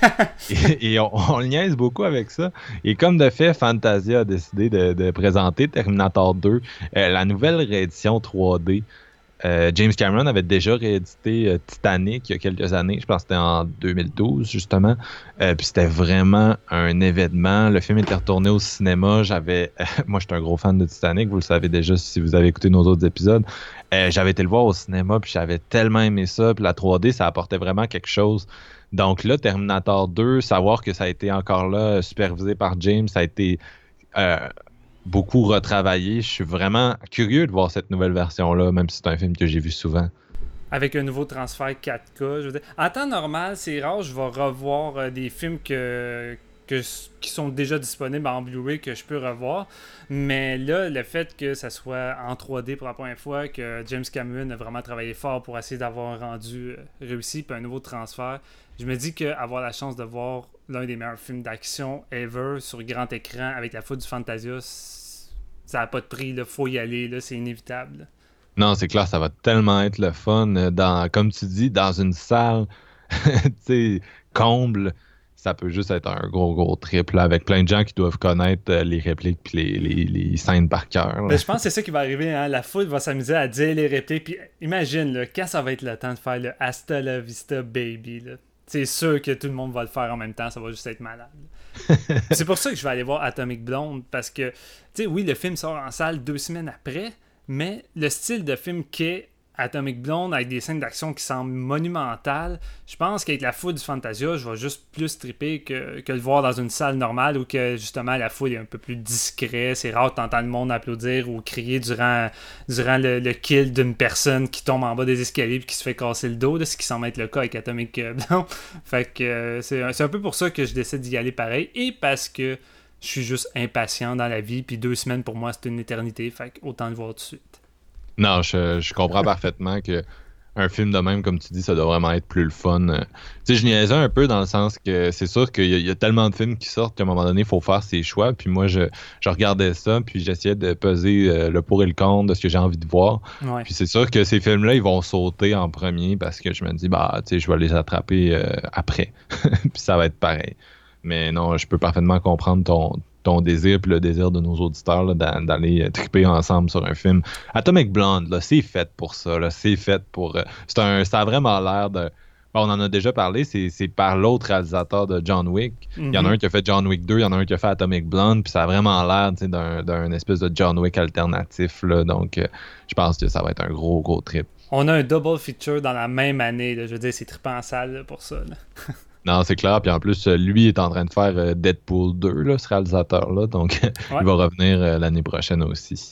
et et on, on le niaise beaucoup avec ça. Et comme de fait, Fantasia a décidé de, de présenter Terminator deux, euh, la nouvelle réédition trois D. Euh, James Cameron avait déjà réédité euh, Titanic il y a quelques années, je pense que c'était en deux mille douze justement, euh, puis c'était vraiment un événement. Le film était retourné au cinéma, j'avais, euh, moi j'étais un gros fan de Titanic, vous le savez déjà si vous avez écouté nos autres épisodes. Euh, j'avais été le voir au cinéma, puis j'avais tellement aimé ça, puis la trois D ça apportait vraiment quelque chose. Donc là, Terminator deux, savoir que ça a été encore là supervisé par James, ça a été euh, beaucoup retravaillé. Je suis vraiment curieux de voir cette nouvelle version-là, même si c'est un film que j'ai vu souvent. Avec un nouveau transfert quatre K, je veux dire. En temps normal, c'est rare, je vais revoir euh, des films que, que, qui sont déjà disponibles en Blu-ray que je peux revoir. Mais là, le fait que ça soit en trois D pour la première fois, que James Cameron a vraiment travaillé fort pour essayer d'avoir un rendu euh, réussi, puis un nouveau transfert, je me dis qu'avoir la chance de voir l'un des meilleurs films d'action ever sur grand écran avec la foule du Fantasia, c- ça n'a pas de prix, il faut y aller, là, c'est inévitable. Non, c'est clair, ça va tellement être le fun. euh, Dans, comme tu dis, dans une salle, tu sais, comble, ça peut juste être un gros, gros trip là, avec plein de gens qui doivent connaître euh, les répliques puis les, les, les scènes par cœur. là. Mais je pense que c'est ça qui va arriver, hein? La foule va s'amuser à dire les répliques, puis imagine, là, quand ça va être le temps de faire le Hasta la vista baby, là. C'est sûr que tout le monde va le faire en même temps, ça va juste être malade. C'est pour ça que je vais aller voir Atomic Blonde, parce que, tu sais, oui, le film sort en salle deux semaines après, mais le style de film qu'est Atomic Blonde, avec des scènes d'action qui semblent monumentales, je pense qu'avec la foule du Fantasia, je vais juste plus triper que, que le voir dans une salle normale où que, justement, la foule est un peu plus discret. C'est rare que t'entends le monde applaudir ou crier durant, durant le, le kill d'une personne qui tombe en bas des escaliers et qui se fait casser le dos, là, ce qui semble être le cas avec Atomic Blonde. Fait que euh, c'est, un- c'est un peu pour ça que je décide d'y aller pareil, et parce que je suis juste impatient dans la vie, puis deux semaines pour moi c'est une éternité, fait que autant le voir tout de suite. Non, je, je comprends parfaitement que un film de même, comme tu dis, ça doit vraiment être plus le fun. Euh, Tu sais, je niaisais un peu dans le sens que c'est sûr qu'il y, a- il y a tellement de films qui sortent qu'à un moment donné, il faut faire ses choix. Puis moi, je, je regardais ça, puis j'essayais de peser euh, le pour et le contre de ce que j'ai envie de voir. Ouais. Puis c'est sûr que ces films-là, ils vont sauter en premier parce que je me dis, bah, tu sais, je vais les attraper euh, après. Puis ça va être pareil. Mais non, je peux parfaitement comprendre ton, ton désir puis le désir de nos auditeurs là, d'a- d'aller euh, triper ensemble sur un film. Atomic Blonde, là, c'est fait pour ça. Là, c'est fait pour... euh, c'est un, ça a vraiment l'air de... Bon, on en a déjà parlé, c'est, c'est par l'autre réalisateur de John Wick. Il y en a Mhm. un qui a fait John Wick deux, il y en a un qui a fait Atomic Blonde, puis ça a vraiment l'air tu sais, d'un, d'un espèce de John Wick alternatif. Là, donc, euh, je pense que ça va être un gros, gros trip. On a un double feature dans la même année, là. Je veux dire, c'est trippant en salle là, pour ça. Là. Non, c'est clair. Puis en plus, euh, lui est en train de faire euh, Deadpool deux, là, ce réalisateur-là. Donc, Ouais. il va revenir euh, l'année prochaine aussi.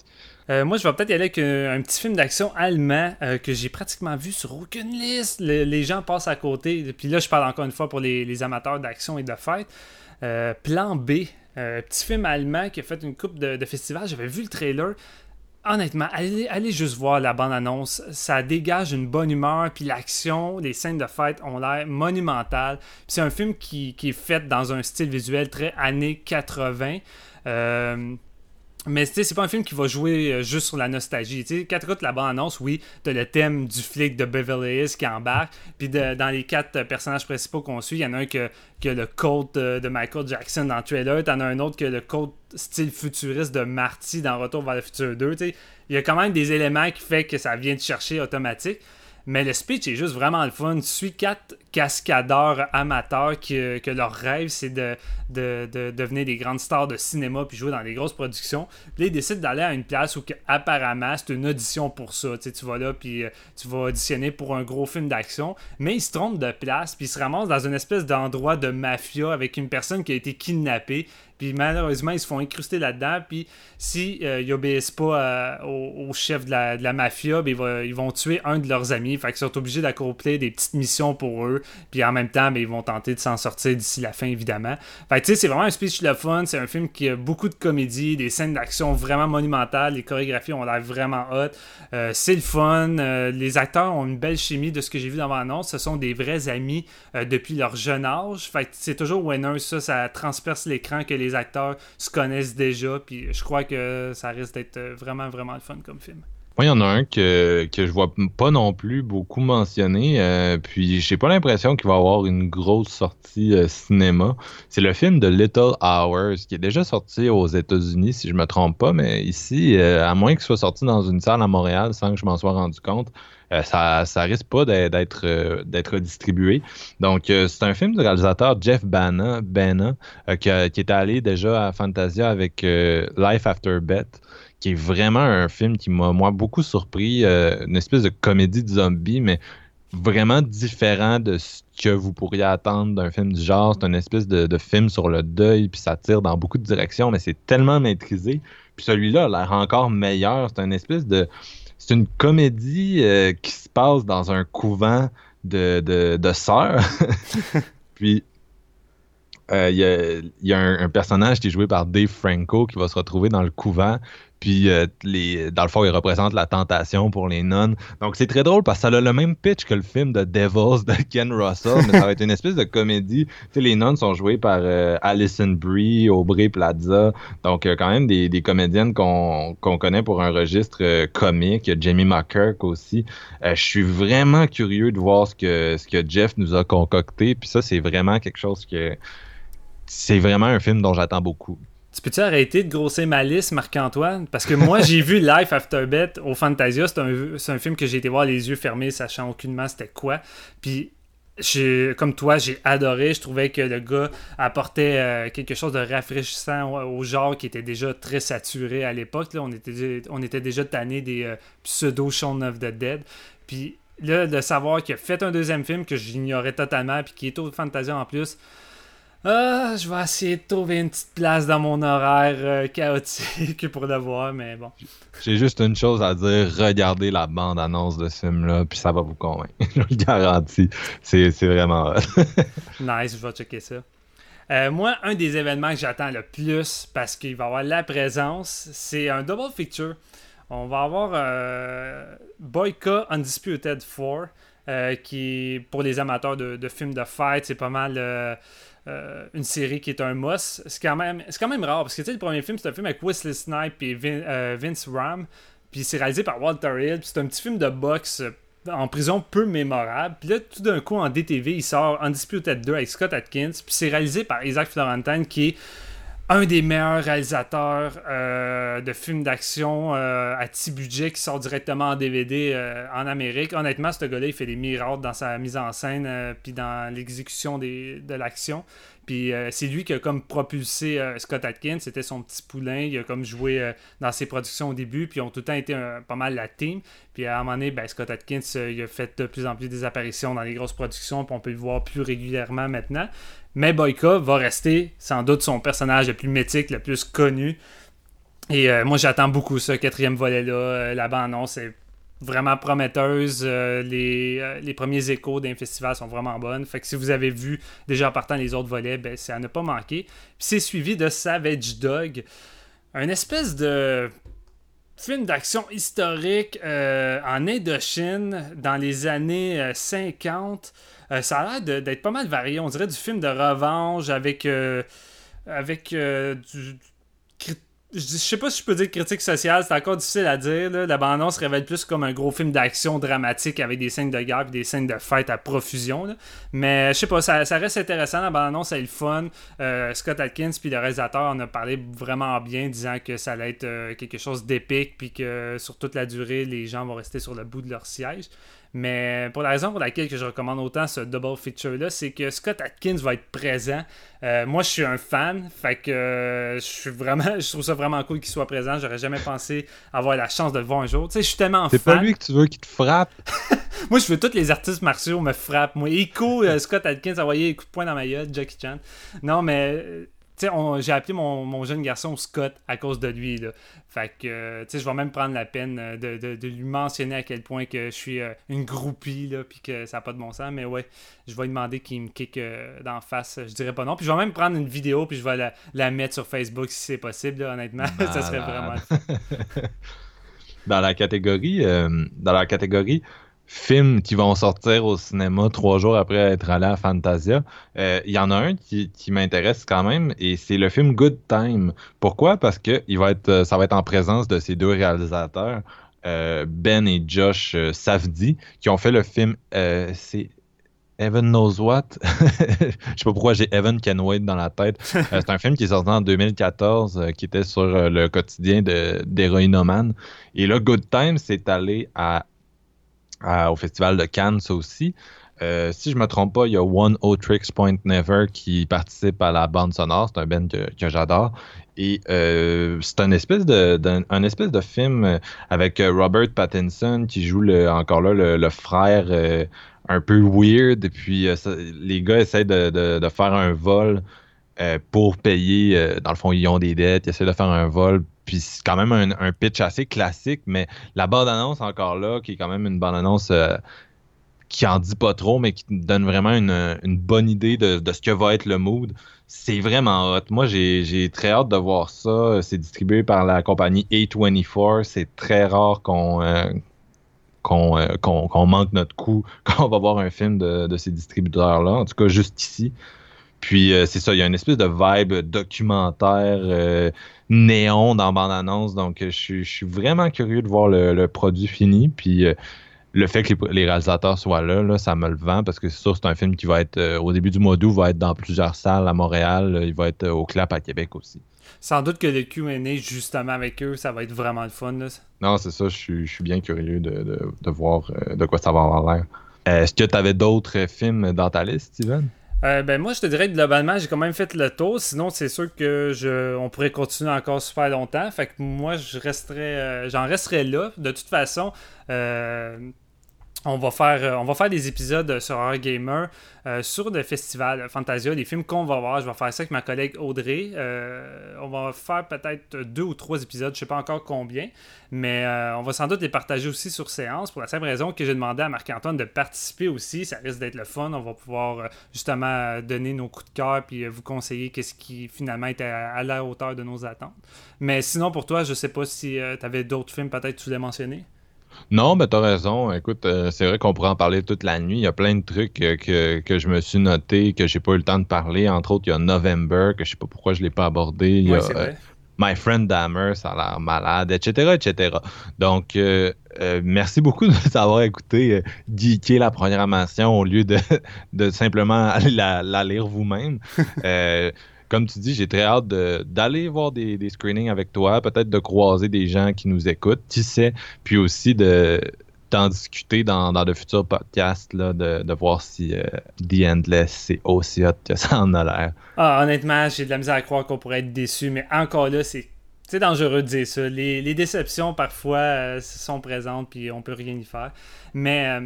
Euh, moi, je vais peut-être y aller avec un, un petit film d'action allemand euh, que j'ai pratiquement vu sur aucune liste. Le- les gens passent à côté. Puis là, je parle encore une fois pour les, les amateurs d'action et de fête. Euh, Plan B, euh, petit film allemand qui a fait une coupe de, de festivals. J'avais vu le trailer. Honnêtement, allez, allez juste voir la bande-annonce. Ça dégage une bonne humeur, puis l'action, les scènes de fête ont l'air monumentales. Puis c'est un film qui, qui est fait dans un style visuel très années quatre-vingts. Euh, mais tu sais, c'est pas un film qui va jouer euh, juste sur la nostalgie. Tu sais, quand tu écoutes la bande-annonce, oui, t'as le thème du flic de Beverly Hills qui embarque. Puis de- dans les quatre euh, personnages principaux qu'on suit, il y en a un qui a, qui a le coat euh, de Michael Jackson dans le trailer. T'en as un autre qui a le coat style futuriste de Marty dans Retour vers le futur deux. Tu sais, il y a quand même des éléments qui fait que ça vient te chercher automatique. Mais le speech est juste vraiment le fun. Tu suis quatre cascadeurs amateurs qui, euh, que leur rêve, c'est de, de, de devenir des grandes stars de cinéma puis jouer dans des grosses productions. Puis là, ils décident d'aller à une place où que, apparemment c'est une audition pour ça. Tu sais, tu vas là puis euh, tu vas auditionner pour un gros film d'action. Mais ils se trompent de place puis ils se ramassent dans une espèce d'endroit de mafia avec une personne qui a été kidnappée. Puis malheureusement, ils se font incruster là-dedans. Puis si euh, ils obéissent pas euh, au, au chef de la, de la mafia, ben, ils, va, ils vont tuer un de leurs amis. Fait qu'ils sont obligés d'accomplir des petites missions pour eux. Puis en même temps, ben, ils vont tenter de s'en sortir d'ici la fin, évidemment. Fait que tu sais, c'est vraiment un speech le fun. C'est un film qui a beaucoup de comédie, des scènes d'action vraiment monumentales. Les chorégraphies ont l'air vraiment hot. Euh, c'est le fun. Euh, les acteurs ont une belle chimie de ce que j'ai vu dans l'annonce. Ce sont des vrais amis euh, depuis leur jeune âge. Fait que c'est toujours winner, ça. Ça transperce l'écran que les acteurs se connaissent déjà, puis je crois que ça risque d'être vraiment, vraiment le fun comme film. Moi, il y en a un que, que je vois pas non plus beaucoup mentionné, euh, puis j'ai pas l'impression qu'il va avoir une grosse sortie euh, cinéma. C'est le film de Little Hours, qui est déjà sorti aux États-Unis, si je me trompe pas, mais ici, euh, à moins qu'il soit sorti dans une salle à Montréal sans que je m'en sois rendu compte, euh, ça, ça risque pas d'être, euh, d'être distribué. Donc, euh, c'est un film du réalisateur Jeff Bana, Bana euh, qui, a- qui est allé déjà à Fantasia avec euh, Life After Beth, qui est vraiment un film qui m'a, moi, beaucoup surpris. Euh, une espèce de comédie de zombie, mais vraiment différent de ce que vous pourriez attendre d'un film du genre. C'est une espèce de, de film sur le deuil, puis ça tire dans beaucoup de directions, mais c'est tellement maîtrisé. Puis celui-là a l'air encore meilleur. C'est une espèce de... C'est une comédie euh, qui se passe dans un couvent de, de, de sœurs. Puis... Il euh, y a, y a un, un personnage qui est joué par Dave Franco qui va se retrouver dans le couvent. Puis, euh, les, dans le fond, il représente la tentation pour les nonnes. Donc, c'est très drôle parce que ça a le même pitch que le film de Devils de Ken Russell, mais ça va être une espèce de comédie. Tu sais, les nonnes sont jouées par euh, Alison Brie, Aubrey Plaza. Donc, euh, quand même des, des comédiennes qu'on qu'on connaît pour un registre euh, comique. Il y a Jamie McKirk aussi. Euh, je suis vraiment curieux de voir ce que, ce que Jeff nous a concocté. Puis ça, c'est vraiment quelque chose que... C'est vraiment un film dont j'attends beaucoup. Tu peux-tu arrêter de grosser ma liste, Marc-Antoine? Parce que moi, j'ai vu Life After Beth au Fantasia. C'est un, c'est un film que j'ai été voir les yeux fermés, sachant aucunement c'était quoi. Puis, j'ai, comme toi, j'ai adoré. Je trouvais que le gars apportait euh, quelque chose de rafraîchissant au, au genre qui était déjà très saturé à l'époque. Là. On était, on était déjà tanné des euh, pseudo Shaun of the Dead. Puis là, de savoir qu'il a fait un deuxième film que j'ignorais totalement, puis qui est au Fantasia en plus... Ah, je vais essayer de trouver une petite place dans mon horaire euh, chaotique pour le voir, mais bon. J'ai juste une chose à dire, regardez la bande-annonce de ce film-là, puis ça va vous convaincre. Je vous le garantis. C'est, c'est vraiment hot. Nice, je vais checker ça. Euh, moi, un des événements que j'attends le plus, parce qu'il va y avoir la présence, c'est un double feature. On va avoir euh, Boyka Undisputed quatre, euh, qui, pour les amateurs de, de films de fight, c'est pas mal... Euh, Euh, une série qui est un must. C'est quand même, c'est quand même rare parce que tu sais, le premier film, c'est un film avec Wesley Snipes et Vin, euh, Vince Ram. Puis c'est réalisé par Walter Hill. Puis c'est un petit film de boxe en prison peu mémorable. Puis là, tout d'un coup, en D T V, il sort Undisputed deux avec Scott Adkins. Puis c'est réalisé par Isaac Florentine, qui est un des meilleurs réalisateurs euh, de films d'action euh, à petit budget qui sort directement en D V D euh, en Amérique. Honnêtement, ce gars-là, il fait des miracles dans sa mise en scène euh, puis dans l'exécution des, de l'action. Puis euh, c'est lui qui a comme propulsé euh, Scott Adkins. C'était son petit poulain. Il a comme joué euh, dans ses productions au début. Puis ils ont tout le temps été un, pas mal la team. Puis à un moment donné, ben, Scott Adkins euh, il a fait de plus en plus des apparitions dans les grosses productions. Puis on peut le voir plus régulièrement maintenant. Mais Boyka va rester sans doute son personnage le plus mythique, le plus connu. Et euh, moi, j'attends beaucoup ce quatrième volet-là. Euh, la bande-annonce est vraiment prometteuse. Euh, les, euh, les premiers échos d'un festival sont vraiment bonnes. Fait que si vous avez vu déjà en partant les autres volets, ben, c'est à ne pas manquer. Puis c'est suivi de Savage Dog, un espèce de film d'action historique euh, en Indochine dans les années euh, cinquante. Euh, ça a l'air de, d'être pas mal varié. On dirait du film de revanche avec, euh, avec euh, du... Je sais pas si je peux dire critique sociale, c'est encore difficile à dire. Là. La bande-annonce se révèle plus comme un gros film d'action dramatique avec des scènes de guerre et des scènes de fête à profusion. Là. Mais je sais pas, ça, ça reste intéressant. La bande-annonce, elle est le fun. Euh, Scott Adkins puis le réalisateur en a parlé vraiment bien, disant que ça allait être euh, quelque chose d'épique puis que sur toute la durée, les gens vont rester sur le bout de leur siège. Mais pour la raison pour laquelle que je recommande autant ce double feature-là, c'est que Scott Adkins va être présent. Euh, moi, je suis un fan, fait que euh, je suis vraiment, je trouve ça vraiment cool qu'il soit présent. J'aurais jamais pensé avoir la chance de le voir un jour. Tu sais, je suis tellement C'est fan. pas lui que tu veux qu'il te frappe. Moi, je veux tous les artistes martiaux me frappent. Moi, Ico, euh, Scott Adkins, envoyer un coup de poing dans ma gueule, Jackie Chan. Non, mais... euh, tu sais, j'ai appelé mon, mon jeune garçon Scott à cause de lui, là. Fait que, euh, tu sais, je vais même prendre la peine de, de, de lui mentionner à quel point que je suis euh, une groupie, là, puis que ça n'a pas de bon sens. Mais ouais, je vais lui demander qu'il me kick euh, d'en face. Je dirais pas non. Puis je vais même prendre une vidéo, puis je vais la, la mettre sur Facebook si c'est possible, là, honnêtement. Ça serait vraiment... dans la catégorie, euh, dans la catégorie films qui vont sortir au cinéma trois jours après être allé à Fantasia, il euh, y en a un qui, qui m'intéresse quand même et c'est le film Good Time. Pourquoi? Parce que il va être, ça va être en présence de ces deux réalisateurs, euh, Ben et Josh euh, Safdie, qui ont fait le film, euh, c'est Heaven Knows What. Je sais pas pourquoi j'ai Evan Can Wait dans la tête. Euh, c'est un film qui est sorti en deux mille quatorze, euh, qui était sur euh, le quotidien de, d'héroïnomane. Et là, Good Time s'est allé à À, au Festival de Cannes, ça aussi. Euh, si je me trompe pas, il y a One O Tricks Point Never qui participe à la bande sonore. C'est un band que, que j'adore. Et euh, c'est un espèce de, d'un, un espèce de film avec Robert Pattinson qui joue le, encore là le, le frère euh, un peu weird. Et puis euh, ça, les gars essaient de, de, de faire un vol euh, pour payer. Euh, dans le fond, ils ont des dettes. Ils essaient de faire un vol. Puis c'est quand même un, un pitch assez classique, mais la bande-annonce encore là, qui est quand même une bande-annonce euh, qui en dit pas trop, mais qui donne vraiment une, une bonne idée de, de ce que va être le mood. C'est vraiment hot. Moi, j'ai, j'ai très hâte de voir ça. C'est distribué par la compagnie A vingt-quatre. C'est très rare qu'on, euh, qu'on, euh, qu'on, qu'on manque notre coup quand on va voir un film de, de ces distributeurs-là. En tout cas, juste ici. Puis euh, c'est ça, il y a une espèce de vibe documentaire euh, néon dans bande-annonce. Donc je suis, je suis vraiment curieux de voir le, le produit fini. Puis euh, le fait que les, les réalisateurs soient là, là, ça me le vend parce que c'est sûr c'est un film qui va être euh, au début du mois d'août, va être dans plusieurs salles à Montréal. Il va être euh, au Clap à Québec aussi. Sans doute que le Q and A justement avec eux, ça va être vraiment le fun. Là. Non, c'est ça, je suis, je suis bien curieux de, de, de voir euh, de quoi ça va avoir l'air. Euh, est-ce que tu avais d'autres films dans ta liste, Steven? Euh, ben moi, je te dirais que globalement, j'ai quand même fait le tour. Sinon, c'est sûr que je, on pourrait continuer encore super longtemps. Fait que moi, je resterais, euh, j'en resterais là. De toute façon, euh, on va faire, on va faire des épisodes sur Horror Gamer euh, sur le festival Fantasia, les films qu'on va voir. Je vais faire ça avec ma collègue Audrey. Euh, on va faire peut-être deux ou trois épisodes, je sais pas encore combien, mais euh, on va sans doute les partager aussi sur séance pour la simple raison que j'ai demandé à Marc-Antoine de participer aussi. Ça risque d'être le fun. On va pouvoir euh, justement donner nos coups de cœur puis euh, vous conseiller qu'est-ce qui finalement était à, à la hauteur de nos attentes. Mais sinon, pour toi, je sais pas si euh, tu avais d'autres films peut-être que tu voulais mentionner. Non, ben t'as raison. Écoute, euh, c'est vrai qu'on pourrait en parler toute la nuit. Il y a plein de trucs euh, que, que je me suis noté, que j'ai pas eu le temps de parler. Entre autres, il y a November, que je sais pas pourquoi je l'ai pas abordé. Il y ouais, a c'est vrai. euh, My Friend Dahmer, ça a l'air malade, et cetera, et cetera. Donc, euh, euh, merci beaucoup de s'avoir écouté euh, geeker la programmation au lieu de, de simplement aller la, la lire vous-même. euh, Comme tu dis, j'ai très hâte de, d'aller voir des, des screenings avec toi, peut-être de croiser des gens qui nous écoutent, qui sait, puis aussi de, d'en discuter dans, dans de futurs podcasts, là, de, de voir si euh, The Endless, c'est aussi hot que ça en a l'air. Ah, honnêtement, j'ai de la misère à croire qu'on pourrait être déçu, mais encore là, c'est, c'est dangereux de dire ça. Les, les déceptions, parfois, euh, sont présentes, puis on peut rien y faire. Mais... Euh,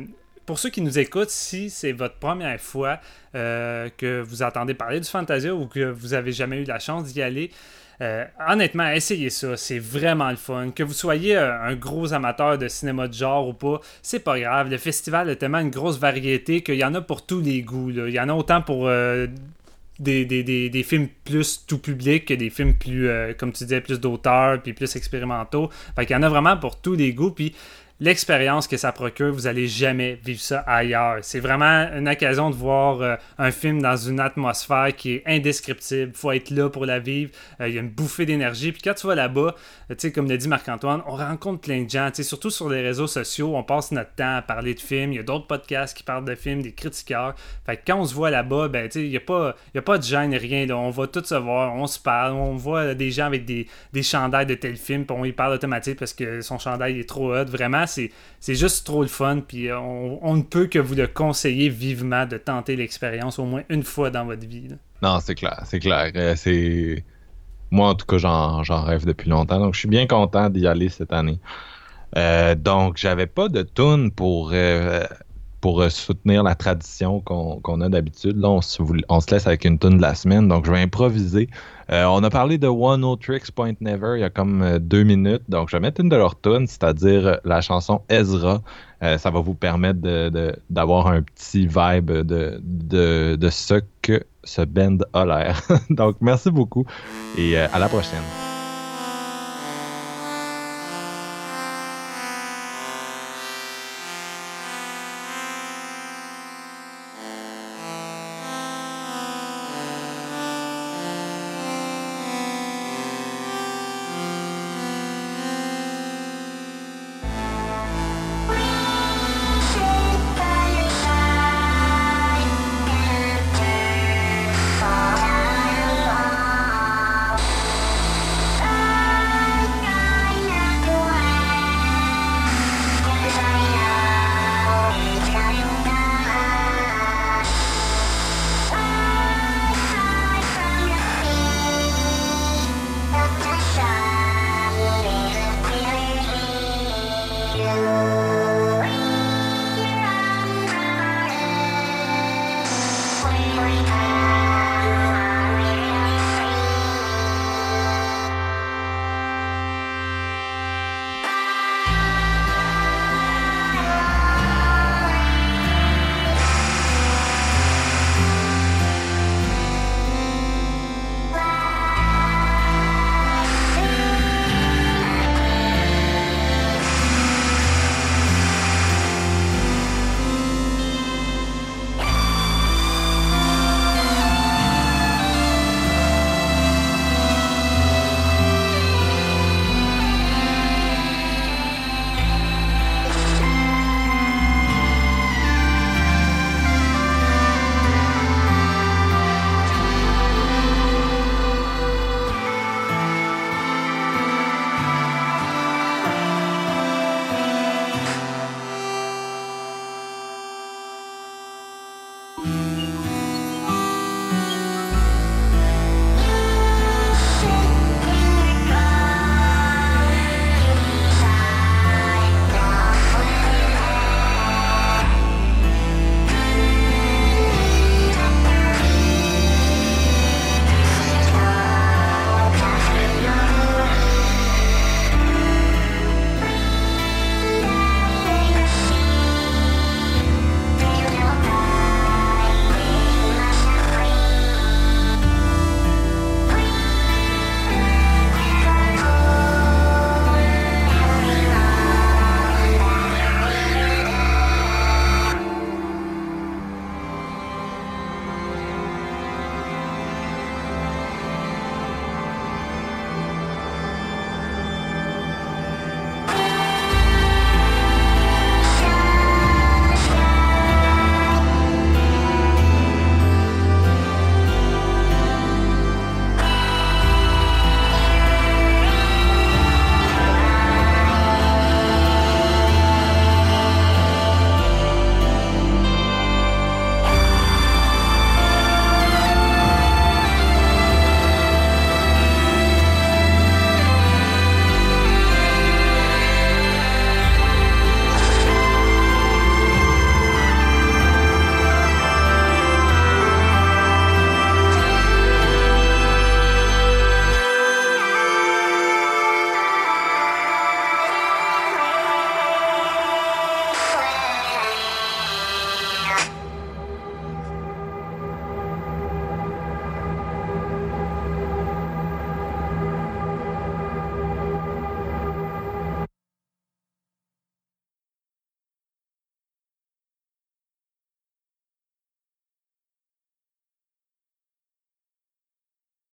pour ceux qui nous écoutent, si c'est votre première fois euh, que vous entendez parler du Fantasia ou que vous avez jamais eu la chance d'y aller, Euh, honnêtement, essayez ça, c'est vraiment le fun. Que vous soyez euh, un gros amateur de cinéma de genre ou pas, c'est pas grave. Le festival a tellement une grosse variété qu'il y en a pour tous les goûts. Là. Il y en a autant pour euh, des, des, des, des films plus tout public que des films plus, euh, comme tu disais, plus d'auteur puis plus expérimentaux. Fait qu'il y en a vraiment pour tous les goûts. Puis l'expérience que ça procure, vous allez jamais vivre ça ailleurs. C'est vraiment une occasion de voir euh, un film dans une atmosphère qui est indescriptible. Faut être là pour la vivre. Euh, il y a une bouffée d'énergie. Puis quand tu vas là-bas, euh, tu sais, comme l'a dit Marc-Antoine, on rencontre plein de gens. Tu sais, surtout sur les réseaux sociaux, on passe notre temps à parler de films. Il y a d'autres podcasts qui parlent de films, des critiqueurs. Fait que quand on se voit là-bas, ben, tu sais, il n'y a pas, il y a pas de gêne, rien. Là. On va tous se voir, on se parle, on voit des gens avec des, des chandails de tel film, puis on y parle automatique parce que son chandail est trop hot. Vraiment, c'est, c'est juste trop le fun, puis on, on ne peut que vous le conseiller vivement de tenter l'expérience au moins une fois dans votre vie. Là. Non, c'est clair, c'est clair. Euh, c'est... Moi, en tout cas, j'en, j'en rêve depuis longtemps, donc je suis bien content d'y aller cette année. Euh, donc, j'avais pas de tune pour, euh, pour euh, soutenir la tradition qu'on, qu'on a d'habitude. Là, on se, on se laisse avec une tune de la semaine, donc je vais improviser. Euh, on a parlé de One Oh Tricks Point Never il y a comme euh, deux minutes, donc je vais mettre une de leurs tunes, c'est-à-dire euh, la chanson Ezra. Euh, ça va vous permettre de, de, d'avoir un petit vibe de, de, de ce que ce band a l'air. Donc, merci beaucoup et euh, à la prochaine. Thank you.